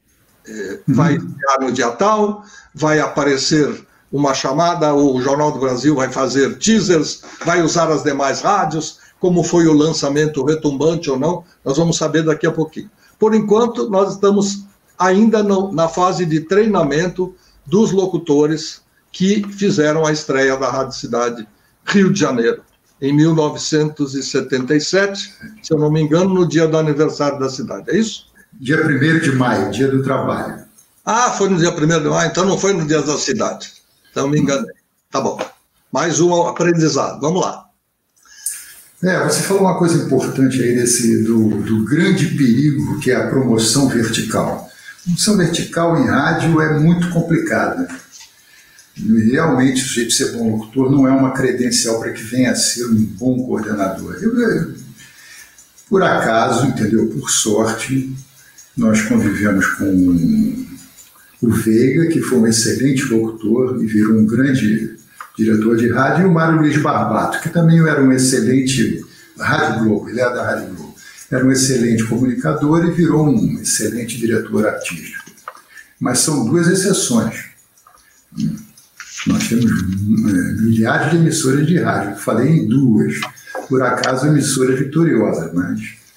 Vai estar no dia tal, vai aparecer uma chamada, o Jornal do Brasil vai fazer teasers, vai usar as demais rádios, como foi o lançamento retumbante ou não, nós vamos saber daqui a pouquinho. Por enquanto, nós estamos ainda na fase de treinamento dos locutores que fizeram a estreia da Rádio Cidade Rio de Janeiro, em 1977, se eu não me engano, no dia do aniversário da cidade. É isso? Dia 1º de maio, dia do trabalho. Ah, foi no dia 1º de maio, então não foi no dia da cidade. Então me enganei. Tá bom. Mais um aprendizado. Vamos lá. Você falou uma coisa importante aí do grande perigo que é a promoção vertical. A promoção vertical em rádio é muito complicada. Realmente, o sujeito de ser bom locutor não é uma credencial para que venha a ser um bom coordenador. Por acaso, entendeu? Por sorte, nós convivemos com o Veiga, que foi um excelente locutor e virou um grande diretor de rádio, e o Mário Luiz Barbato, que também era um excelente Rádio Globo, ele era da Rádio Globo, era um excelente comunicador e virou um excelente diretor artístico. Mas são duas exceções. Nós temos milhares de emissoras de rádio, falei em duas, por acaso emissoras vitoriosas, mas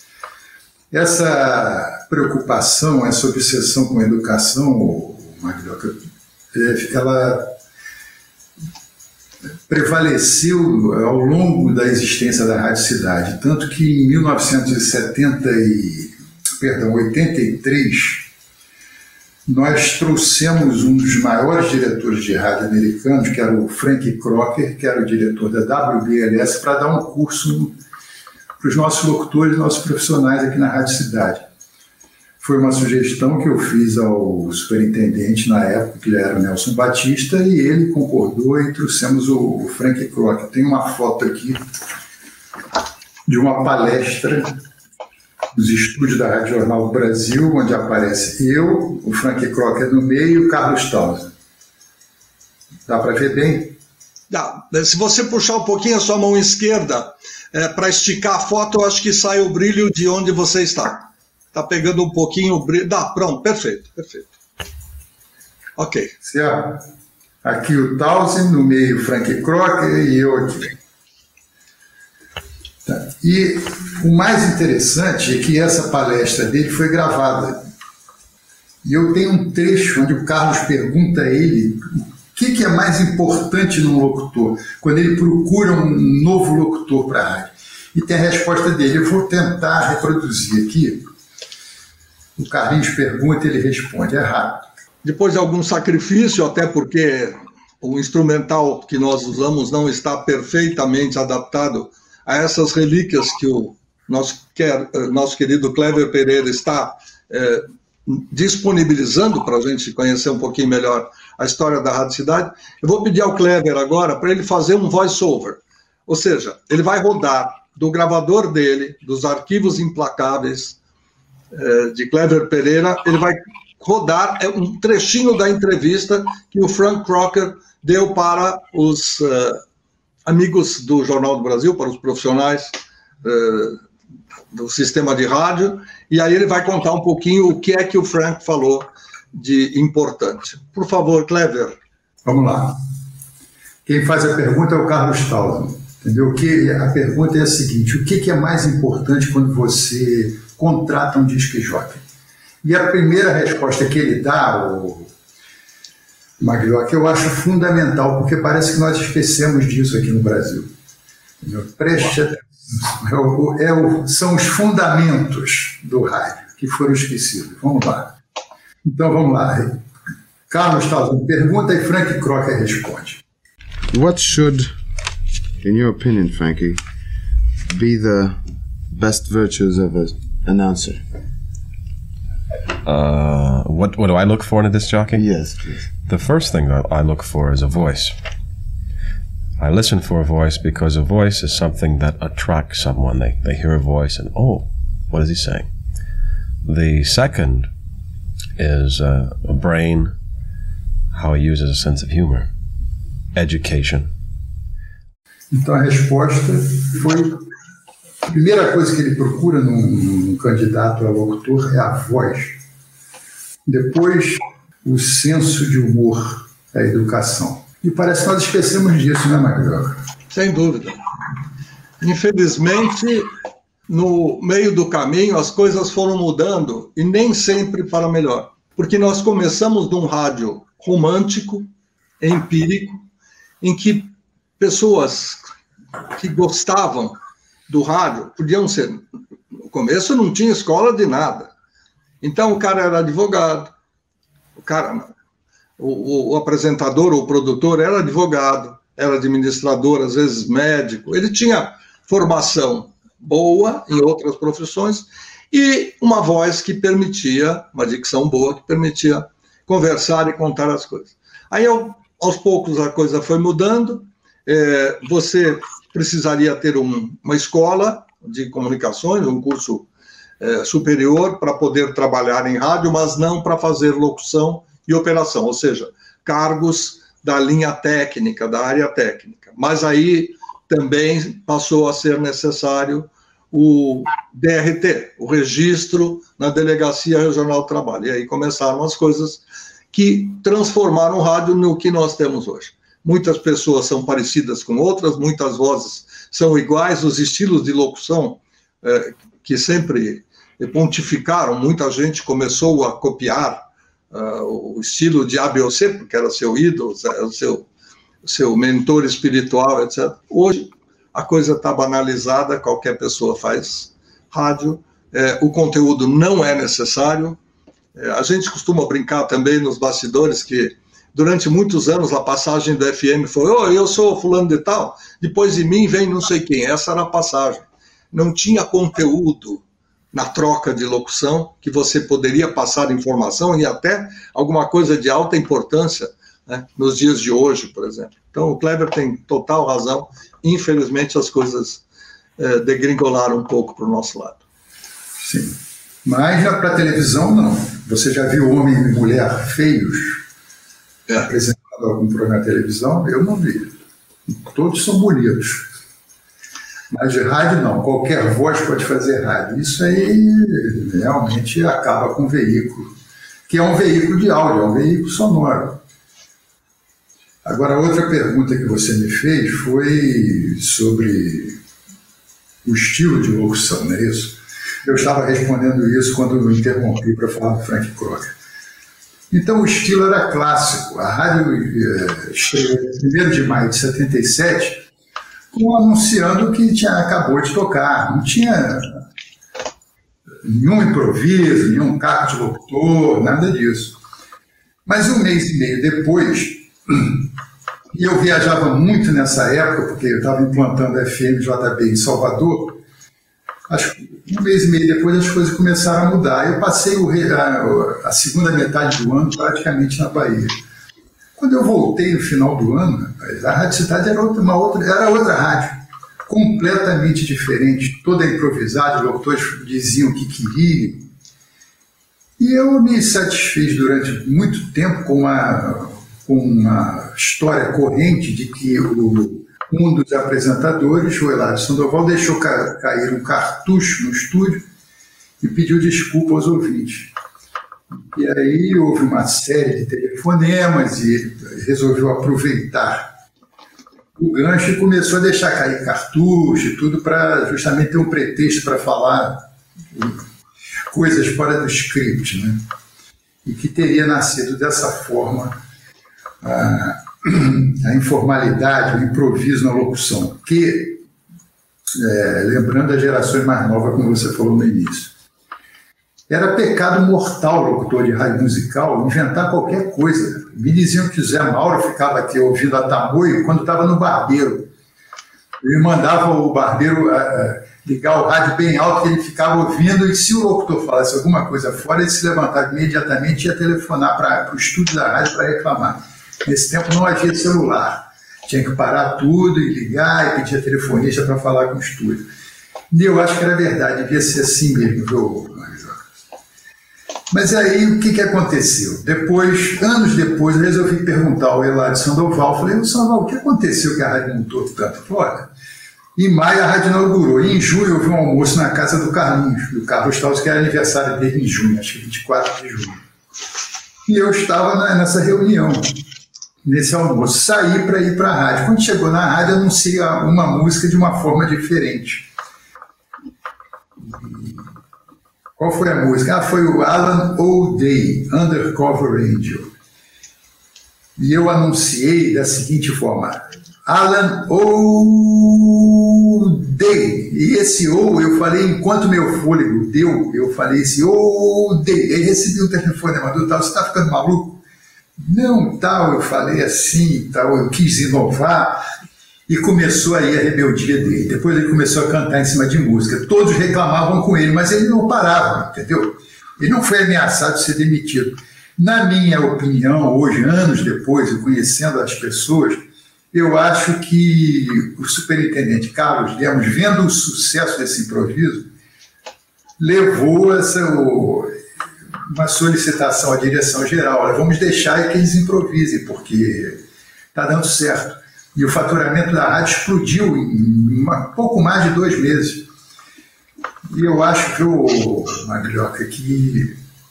essa preocupação, essa obsessão com a educação, Maglioca, ela prevaleceu ao longo da existência da Rádio Cidade, tanto que em 1983, nós trouxemos um dos maiores diretores de rádio americanos, que era o Frank Crocker, que era o diretor da WBLS, para dar um curso para os nossos locutores, nossos profissionais aqui na Rádio Cidade. Foi uma sugestão que eu fiz ao superintendente na época, que era o Nelson Batista, e ele concordou e trouxemos o Frank Crocker. Tem uma foto aqui de uma palestra dos estúdios da Rádio Jornal do Brasil, onde aparece eu, o Frank Crocker no meio e o Carlos Tausen. Dá para ver bem? Dá. Se você puxar um pouquinho a sua mão esquerda para esticar a foto, eu acho que sai o brilho de onde você está. Está pegando um pouquinho o brilho. Dá, pronto, perfeito. Ok. Certo. Aqui o Tausen, no meio o Frank Crocker e eu aqui. Tá. E o mais interessante é que essa palestra dele foi gravada. E eu tenho um trecho onde o Carlos pergunta a ele o que é mais importante num locutor, quando ele procura um novo locutor para a rádio. E tem a resposta dele. Eu vou tentar reproduzir aqui. O Carlinhos pergunta e ele responde, é rápido. Depois de algum sacrifício, até porque o instrumental que nós usamos não está perfeitamente adaptado a essas relíquias que o nosso querido Clever Pereira está disponibilizando para a gente conhecer um pouquinho melhor a história da Rádio Cidade. Eu vou pedir ao Clever agora para ele fazer um voice-over. Ou seja, ele vai rodar do gravador dele, dos arquivos implacáveis de Clever Pereira, ele vai rodar um trechinho da entrevista que o Frank Crocker deu para os amigos do Jornal do Brasil, para os profissionais do sistema de rádio, e aí ele vai contar um pouquinho o que é que o Frank falou de importante. Por favor, Clever. Vamos lá. Quem faz a pergunta é o Carlos Tausen, entendeu? A pergunta é a seguinte, o que é mais importante quando você contrata um disc jockey? E a primeira resposta que ele dá, o Maglioca, eu acho fundamental, porque parece que nós esquecemos disso aqui no Brasil. Preste atenção. São os fundamentos do rádio que foram esquecidos. Vamos lá. Então, vamos lá. Carlos Tausen pergunta e Frank Crocker responde. What should, in your opinion, Frankie, be the best virtues of an announcer? What do I look for in a disc jockey? Yes, please. The first thing I look for is a voice. I listen for a voice because a voice is something that attracts someone. They hear a voice and, oh, what is he saying? The second is a brain, how he uses a sense of humor, education. Então a resposta foi: a primeira coisa que ele procura num candidato a locutor é a voz. Depois, o senso de humor, a educação. E parece que nós esquecemos disso, né, Maglioca? Sem dúvida. Infelizmente, no meio do caminho, as coisas foram mudando e nem sempre para melhor. Porque nós começamos num rádio romântico, empírico, em que pessoas que gostavam do rádio podiam ser... No começo não tinha escola de nada. Então o cara era advogado, o apresentador ou o produtor era advogado, era administrador, às vezes médico. Ele tinha formação boa em outras profissões e uma voz que permitia, uma dicção boa, que permitia conversar e contar as coisas. Aí, aos poucos, a coisa foi mudando. Você precisaria ter uma escola de comunicações, um curso superior para poder trabalhar em rádio, mas não para fazer locução e operação, ou seja, cargos da linha técnica, da área técnica. Mas aí também passou a ser necessário o DRT, o registro na Delegacia Regional do Trabalho. E aí começaram as coisas que transformaram o rádio no que nós temos hoje. Muitas pessoas são parecidas com outras, muitas vozes são iguais, os estilos de locução que sempre pontificaram, muita gente começou a copiar o estilo de A, B ou C, porque era seu ídolo, seu mentor espiritual, etc. Hoje a coisa está banalizada, qualquer pessoa faz rádio, o conteúdo não é necessário. A gente costuma brincar também nos bastidores que durante muitos anos a passagem do FM foi: eu sou fulano de tal, depois de mim vem não sei quem. Essa era a passagem. Não tinha conteúdo na troca de locução que você poderia passar informação e até alguma coisa de alta importância, né, nos dias de hoje, por exemplo. Então o Kleber tem total razão. Infelizmente as coisas degringolaram um pouco para o nosso lado. Sim, mas já para a televisão não. Você já viu homem e mulher feios apresentado algum programa de televisão? Eu não vi. Todos são bonitos. Mas de rádio não. Qualquer voz pode fazer rádio. Isso aí realmente acaba com o veículo, que é um veículo de áudio, é um veículo sonoro. Agora, outra pergunta que você me fez foi sobre o estilo de locução, não é isso? Eu estava respondendo isso quando eu interrompi para falar do Frank Crocker. Então, o estilo era clássico. A rádio estreou em 1º de maio de 77, anunciando que acabou de tocar. Não tinha nenhum improviso, nenhum caco de locutor, nada disso. Mas 1 mês e meio depois, e eu viajava muito nessa época, porque eu estava implantando a FMJB em Salvador, 1 mês e meio depois as coisas começaram a mudar. Eu passei a segunda metade do ano praticamente na Bahia. Quando eu voltei no final do ano, a Rádio Cidade era outra rádio, completamente diferente, toda improvisada, os locutores diziam o que queriam. E eu me satisfiz durante muito tempo com uma história corrente de que um dos apresentadores, o Eladio Sandoval, deixou cair um cartucho no estúdio e pediu desculpa aos ouvintes. E aí houve uma série de telefonemas e resolveu aproveitar o gancho e começou a deixar cair cartucho e tudo para justamente ter um pretexto para falar coisas fora do script, né? E que teria nascido dessa forma a informalidade, o improviso na locução, que, lembrando as gerações mais novas, como você falou no início, era pecado mortal, locutor de rádio musical, inventar qualquer coisa. Me diziam que o Zé Mauro ficava aqui ouvindo a tamoio quando estava no barbeiro. Ele mandava o barbeiro ligar o rádio bem alto, que ele ficava ouvindo, e se o locutor falasse alguma coisa fora, ele se levantava imediatamente e ia telefonar para o estúdio da rádio para reclamar. Nesse tempo não havia celular. Tinha que parar tudo e ligar e pedir a telefonista para falar com o estúdio. E eu acho que era verdade, devia ser assim mesmo, viu? Mas aí o que aconteceu? Anos depois, eu resolvi perguntar ao Eladio Sandoval. Falei: Sandoval, o que aconteceu que a rádio mudou tanto? Olha, em maio a rádio inaugurou. E em junho houve um almoço na casa do Carlinhos, do Carlos Taus, que era aniversário dele em junho, acho que 24 de junho. E eu estava nessa reunião, nesse almoço. Saí para ir para a rádio. Quando chegou na rádio, anunciei uma música de uma forma diferente. Qual foi a música? Foi o Alan O'Day, Undercover Angel. E eu anunciei da seguinte forma: Alan O'Day. E esse O eu falei enquanto meu fôlego deu, eu falei esse O'Day. Aí recebi um telefonema do tal, você está ficando maluco? Não, tal, eu falei assim, tal, eu quis inovar. E começou aí a rebeldia dele. Depois ele começou a cantar em cima de música. Todos reclamavam com ele, mas ele não parava, entendeu? Ele não foi ameaçado de ser demitido. Na minha opinião, hoje, anos depois, eu conhecendo as pessoas, eu acho que o superintendente Carlos Lemos, vendo o sucesso desse improviso, levou uma solicitação à direção geral. Olha, vamos deixar que eles improvisem, porque está dando certo. E o faturamento da rádio explodiu em pouco mais de 2 meses. E eu acho que, Maglioca, que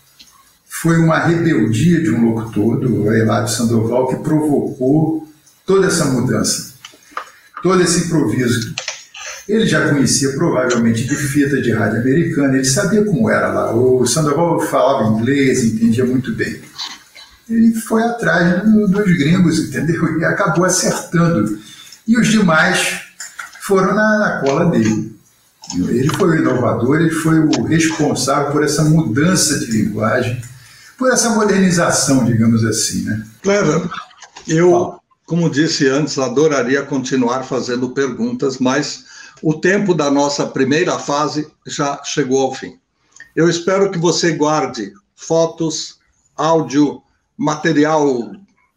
foi uma rebeldia de um locutor, do Eládio Sandoval, que provocou toda essa mudança, todo esse improviso. Ele já conhecia provavelmente de fita de rádio americana, ele sabia como era lá. O Sandoval falava inglês, entendia muito bem. Ele foi atrás dos gringos, entendeu? E acabou acertando. E os demais foram na cola dele. Ele foi o inovador, ele foi o responsável por essa mudança de linguagem, por essa modernização, digamos assim, né? Clever, eu, como disse antes, adoraria continuar fazendo perguntas, mas o tempo da nossa primeira fase já chegou ao fim. Eu espero que você guarde fotos, áudio, material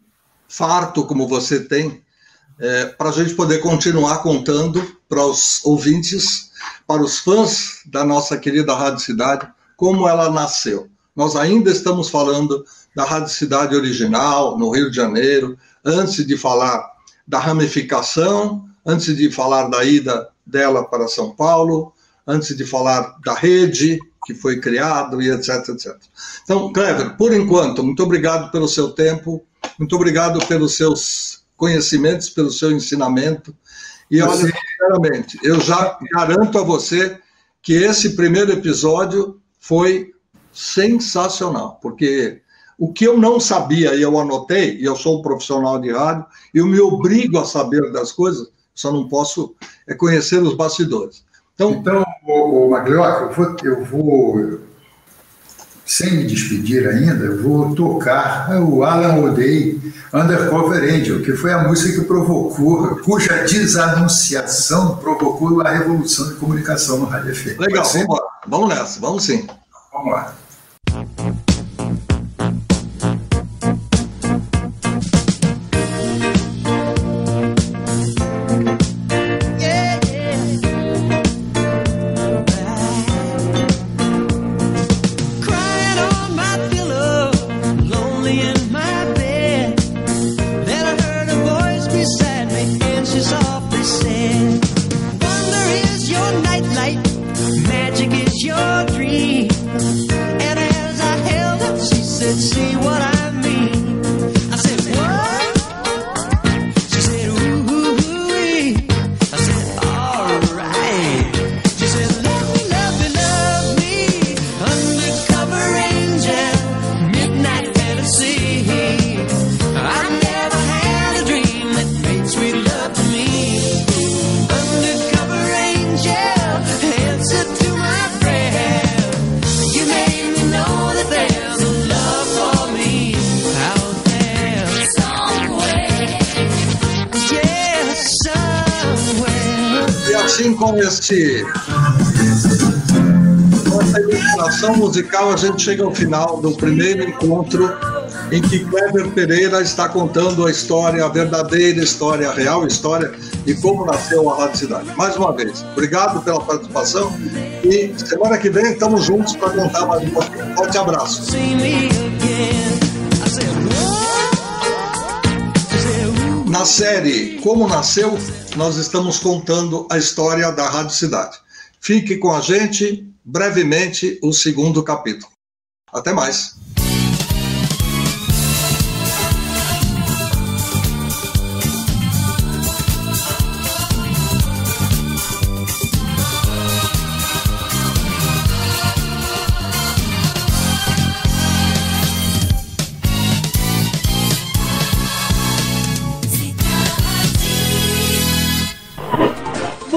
farto como você tem, para a gente poder continuar contando para os ouvintes, para os fãs da nossa querida Rádio Cidade, como ela nasceu. Nós ainda estamos falando da Rádio Cidade original, no Rio de Janeiro, antes de falar da ramificação, antes de falar da ida dela para São Paulo, antes de falar da rede que foi criado e etc, etc. Então, Clever, por enquanto, muito obrigado pelo seu tempo, muito obrigado pelos seus conhecimentos, pelo seu ensinamento. E olha, sinceramente, eu já garanto a você que esse primeiro episódio foi sensacional, porque o que eu não sabia, e eu anotei, e eu sou um profissional de rádio, eu me obrigo a saber das coisas, só não posso conhecer os bastidores. Então Maglioca, eu vou, sem me despedir ainda, eu vou tocar o Alan O'Day, Undercover Angel, que foi a música que provocou, cuja desanunciação provocou a revolução de comunicação no Rádio FM. Legal, vamos nessa, vamos sim. Vamos lá. Com essa ilustração musical, a gente chega ao final do primeiro encontro em que Clever Pereira está contando a história, a verdadeira história, a real história de como nasceu a Rádio Cidade. Mais uma vez, obrigado pela participação e semana que vem estamos juntos para contar mais um pouquinho. Forte abraço. Na série Como Nasceu, nós estamos contando a história da Rádio Cidade. Fique com a gente, brevemente, o segundo capítulo. Até mais.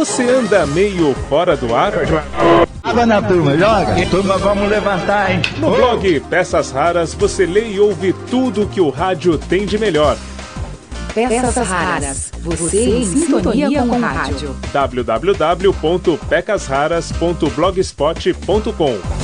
Você anda meio fora do ar? Água na turma, joga. Turma, vamos levantar, hein? No blog Peças Raras, você lê e ouve tudo que o rádio tem de melhor. Peças Raras, você em sintonia com o rádio. www.pecasraras.blogspot.com